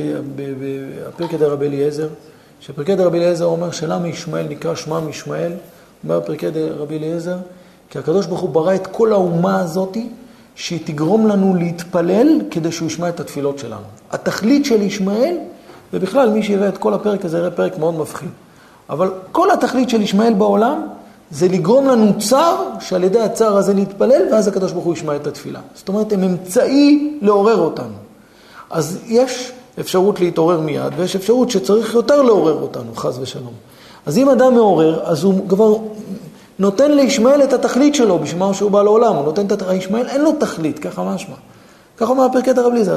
הפרקי דרבי אליעזר, שפרקי דרבי אליעזר אומר שלמה ישמעאל נקרא שמם ישמעאל, אומר פרקי דרבי אליעזר, כי הקדוש ברוך הוא ברא את כל האומה הזאת, שהיא תגרום לנו להתפלל כדי שהוא ישמע את התפילות שלנו. התכלית של ישמעאל, ובכלל מי שיראה את כל הפרק הזה יראה פרק מאוד מפחיד. אבל כל התכלית של ישמעאל בעולם זה לגרום לנו צער, שעל ידי הצער הזה נתפלל, ואז הקדוש ברוך הוא ישמע את התפילה. זאת אומרת, הם אמצעי לעורר אותנו. אז יש אפשרות להתעורר מיד, ויש אפשרות שצריך יותר לעורר אותנו, חס ושלום. אז אם אדם מעורר, אז הוא כבר נותן לישמעאל את התכלית שלו, בשביל שהוא בא לעולם. הוא נותן את התכלית, ישמעאל אין לו תכלית, ככה משמע. ככה אומר פרקי דרבי אליעזר,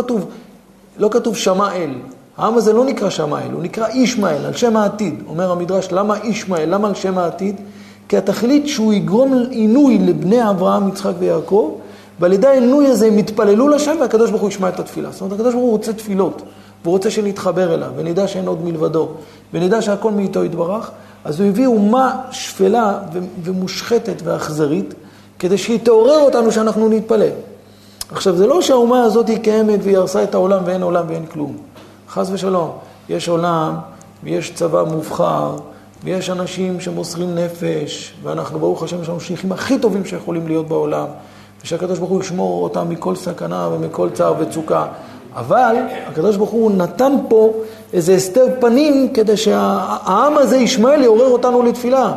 לא כתוב שמעאל. העם הזה לא נקרא שמעאל, הוא נקרא ישמעאל, על שם העתיד. אומר המדרש, למה ישמעאל? למה על שם העתיד? כי התכלית שהוא יגרום עינוי לבני אברהם, יצחק ויעקב, ועל ידי העינוי הזה הם יתפללו לשם, והקדוש ברוך הוא ישמע את התפילה. זאת אומרת, הקדוש ברוך הוא רוצה תפילות, והוא רוצה שנתחבר אליו, ונדע שאין עוד מלבדו, ונדע שהכל מאיתו יתברך, אז הוא הביא אומה שפלה ומושחתת ואכזרית, כדי שהיא תעורר אותנו שאנחנו נתפלל. עכשיו, זה לא שהאומה הזאת היא קיימת והיא הרסה את העולם ואין עולם ואין כלום. חס ושלום, יש עולם ויש צבא מובחר, ויש אנשים שמוסרים נפש, ואנחנו ברוך השם יש לנו שליחים הכי טובים שיכולים להיות בעולם, ושהקדוש ברוך הוא ישמור אותם מכל סכנה ומכל צער וצוקה. אבל הקדוש ברוך הוא נתן פה איזה הסתר פנים כדי שהעם הזה ישמעאל יעורר אותנו לתפילה.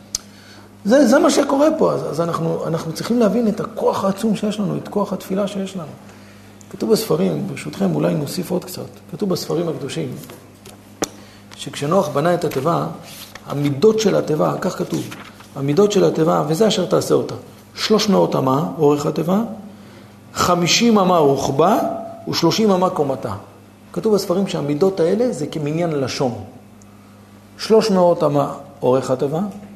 זה מה שקורה פה. אז אנחנו צריכים להבין את הכוח העצום שיש לנו, את כוח התפילה שיש לנו. כתוב בספרים, ברשותכם אולי נוסיף עוד קצת, כתוב בספרים הקדושים, שכשנוח בנה את התיבה, המידות של התיבה, כך כתוב, המידות של התיבה, וזה אשר תעשה אותה, 300 אמה אורך התיבה, 50 אמה רוחבה, ו30 אמה קומתה. כתוב בספרים שהמידות האלה זה כמניין לשון. 300 אמה אורך התיבה,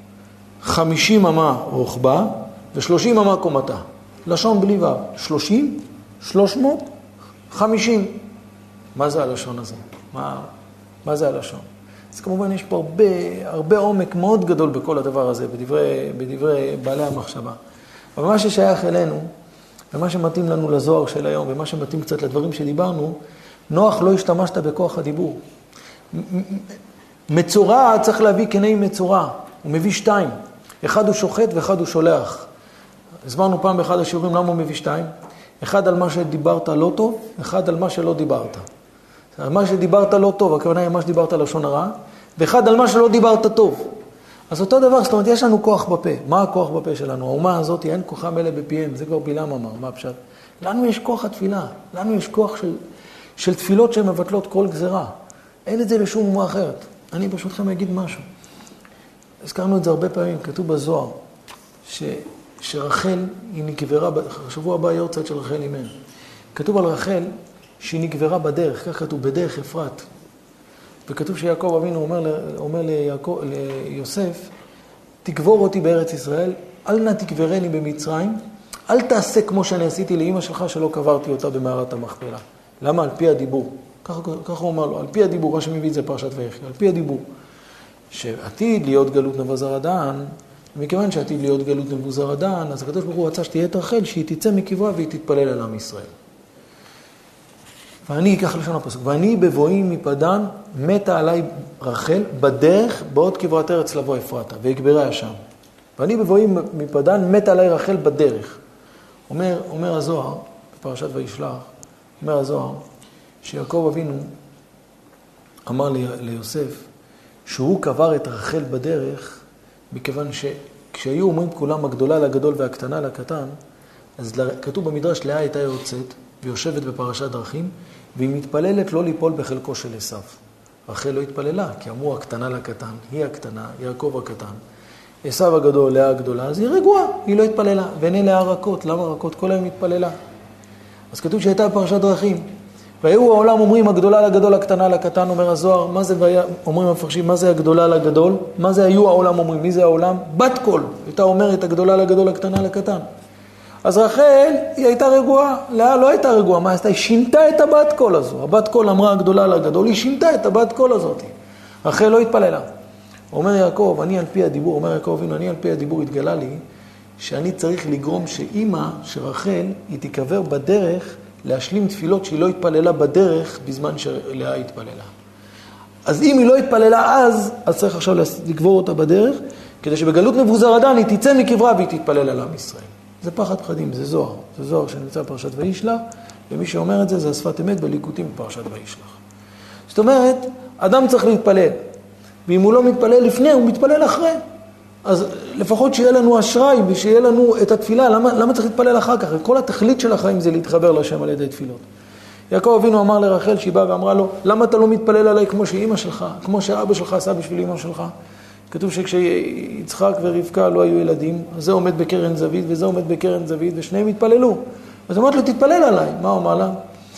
50 אמה רוחבה, ו30 אמה קומתה. לשון בלי ו', 30, 300, 50. מה זה הלשון הזה? מה זה הלשון? אז כמובן יש פה הרבה עומק מאוד גדול בכל הדבר הזה, בדברי בעלי המחשבה. אבל מה ששייך אלינו, ומה שמתאים לנו לזוהר של היום, ומה שמתאים קצת לדברים שדיברנו, נוח לא השתמשת בכוח הדיבור. מצורע צריך להביא כני מצורע, הוא מביא 2. אחד הוא שוחט ואחד הוא שולח. הסברנו פעם באחד השיעורים למה הוא מביא 2. אחד על מה שדיברת לא טוב, אחד על מה שלא דיברת. על מה שדיברת לא טוב, הכוונה היא מה שדיברת לשון הרע, ואחד על מה שלא דיברת טוב. אז אותו דבר, זאת אומרת, יש לנו כוח בפה. מה הכוח בפה שלנו? האומה הזאת, אין כוחה מלא בפיהם, זה כבר בלעם אמר, מה הפשט? לנו יש כוח התפילה, לנו יש כוח של תפילות שמבטלות כל גזרה. אין את זה לשום אומה אחרת. אני ברשותכם אגיד משהו. הזכרנו את זה הרבה פעמים, כתוב בזוהר, שרחל היא נקברה, שבוע הבא יורצייט של רחל אימנו. כתוב על רחל שהיא נקברה בדרך, כך כתוב, בדרך אפרת. וכתוב שיעקב אבינו אומר ליוסף, תקבור אותי בארץ ישראל, אל נא תקברני במצרים, אל תעשה כמו שאני עשיתי לאמא שלך שלא קברתי אותה במערת המכפלה. למה? על פי הדיבור. ככה הוא אומר לו, על פי הדיבור, מה שמביא את זה פרשת ויחי, על פי הדיבור. שעתיד להיות גלות נבוזראדן, ומכיוון שעתיד להיות גלות נבוזראדן, אז הקדוש ברוך הוא רצה שתהיה את רחל, שהיא תצא מקברה והיא תתפלל על עם ישראל. ואני אקח לשון הפסוק, ואני בבואי מפדן, מתה עליי רחל בדרך, בעוד כברת ארץ לבוא אפרתה, והקברה שם. ואני בבואי מפדן, מתה עליי רחל בדרך. אומר הזוהר, בפרשת וישלח, אומר הזוהר, שיעקב אבינו אמר ליוסף, שהוא קבר את רחל בדרך, מכיוון שכשהיו אומרים כולם הגדולה לגדול והקטנה לקטן, אז כתוב במדרש לאה הייתה יוצאת, ויושבת בפרשת דרכים, והיא מתפללת לא ליפול בחלקו של עשיו. רחל לא התפללה, כי אמרו הקטנה לקטן, היא הקטנה, יעקב הקטן. עשיו הגדול, לאה הגדולה, אז היא רגועה, היא לא התפללה. והנה לאה רכות, למה רכות? כל היום התפללה. אז כתוב שהייתה בפרשת דרכים. והיו העולם אומרים הגדולה לגדול, הקטנה לקטן, אומר הזוהר, מה זה, אומרים המפרשים, מה זה הגדולה לגדול? מה זה היו העולם אומרים? מי זה העולם? בת קול. הייתה אומרת הגדולה לגדול, הקטנה לקטן. אז רחל היא הייתה רגועה, לאה לא הייתה רגועה, מה עשתה? היא שינתה את הבת קול הזו. הבת קול אמרה הגדולה לגדול, היא שינתה את הבת קול הזאת. רחל לא התפללה. אומר יעקב, אני על פי הדיבור, אומר יעקב, אני על פי הדיבור התגלה לי, שאני צריך לגרום שאימא, שרחל, היא תיקבר בדרך, להשלים תפילות שהיא לא התפללה בדרך, בזמן שלאה התפללה. אז אם היא לא התפללה אז צריך עכשיו לקבור אותה בדרך, כדי שבגלות נבוזראדן היא תצא מקברה והיא תתפלל על עם ישראל. זה פחד פחדים, זה זוהר שנמצא בפרשת וישלח, ומי שאומר את זה זה השפת אמת בליקוטים בפרשת וישלח. זאת אומרת, אדם צריך להתפלל, ואם הוא לא מתפלל לפני, הוא מתפלל אחרי. אז לפחות שיהיה לנו אשראי ושיהיה לנו את התפילה, למה צריך להתפלל אחר כך? כל התכלית של החיים זה להתחבר לשם על ידי תפילות. יעקב אבינו אמר לרחל שהיא באה ואמרה לו, למה אתה לא מתפלל עליי כמו שאמא שלך, כמו שאבא שלך עשה בשביל אמא שלך? כתוב שכשיצחק ורבקה לא היו ילדים, אז זה עומד בקרן זווית וזה עומד בקרן זווית, ושניהם התפללו. אז אמרת לו, תתפלל עליי. מה הוא אמר לה?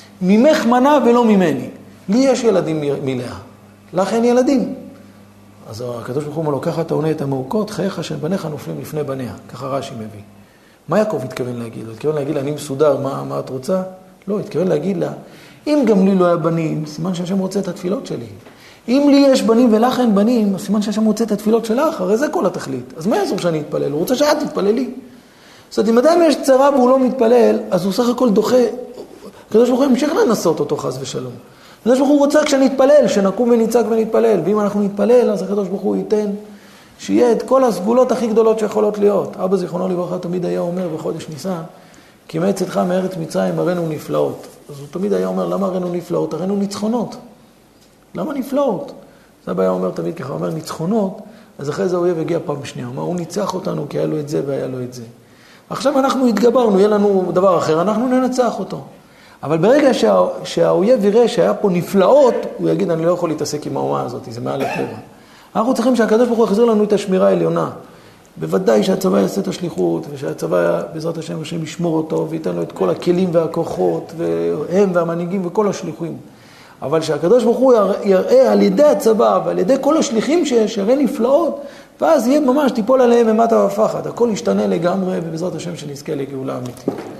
ממך מנה ולא ממני. לי יש ילדים מלאה, לך אין ילדים. אז הקדוש ברוך הוא אומר לו, ככה אתה עונה את המעוקות, חייך שבניך נופלים לפני בניה. ככה רש"י מביא. מה יעקב התכוון להגיד? הוא התכוון להגיד לה, אני מסודר, מה את רוצה? לא, התכוון להגיד לה, אם גם לי לא היה בנים, סימן שהשם רוצה את התפילות שלי. אם לי יש בנים ולך אין בנים, סימן שהשם רוצה את התפילות שלך, הרי זה כל התכלית. אז מה יעזור שאני אתפלל? הוא רוצה שאת תתפללי. זאת אומרת, אם אדם יש צרה והוא לא מתפלל, אז הוא סך הכל דוחה. הקדוש ברוך הוא ימשיך לנסות אותו חס ושלום. הקדוש ברוך הוא רוצה כשנתפלל, שנקום ונצעק ונתפלל. ואם אנחנו נתפלל, אז הקדוש ברוך הוא ייתן שיהיה את כל הסגולות הכי גדולות שיכולות להיות. אבא זיכרונו לברכה תמיד היה אומר בחודש ניסן, כי מצאתך מארץ מצרים הראינו נפלאות. אז הוא תמיד היה אומר, למה הראינו נפלאות? הראינו ניצחונות. למה נפלאות? סבא היה אומר תמיד ככה, אומר ניצחונות, אז אחרי זה האויב הגיע פעם שנייה. הוא ניצח אותנו כי היה לו את זה והיה לו את זה. עכשיו אנחנו התגברנו, יהיה לנו דבר אחר, אנחנו ננצח אותו. אבל ברגע שהאויב יראה שהיה פה נפלאות, הוא יגיד, אני לא יכול להתעסק עם האומה הזאת, זה מעל הטבע. אנחנו צריכים שהקדוש ברוך הוא יחזיר לנו את השמירה העליונה. בוודאי שהצבא יעשה את השליחות, ושהצבא בעזרת השם ישמור אותו, וייתן לו את כל הכלים והכוחות, והם והמנהיגים וכל השליחים. אבל שהקדוש ברוך הוא יראה על ידי הצבא ועל ידי כל השליחים שיראה נפלאות, ואז יהיה ממש, תיפול עליהם ממטה ופחד. הכל ישתנה לגמרי, ובעזרת השם שנזכה לגאולה אמיתית.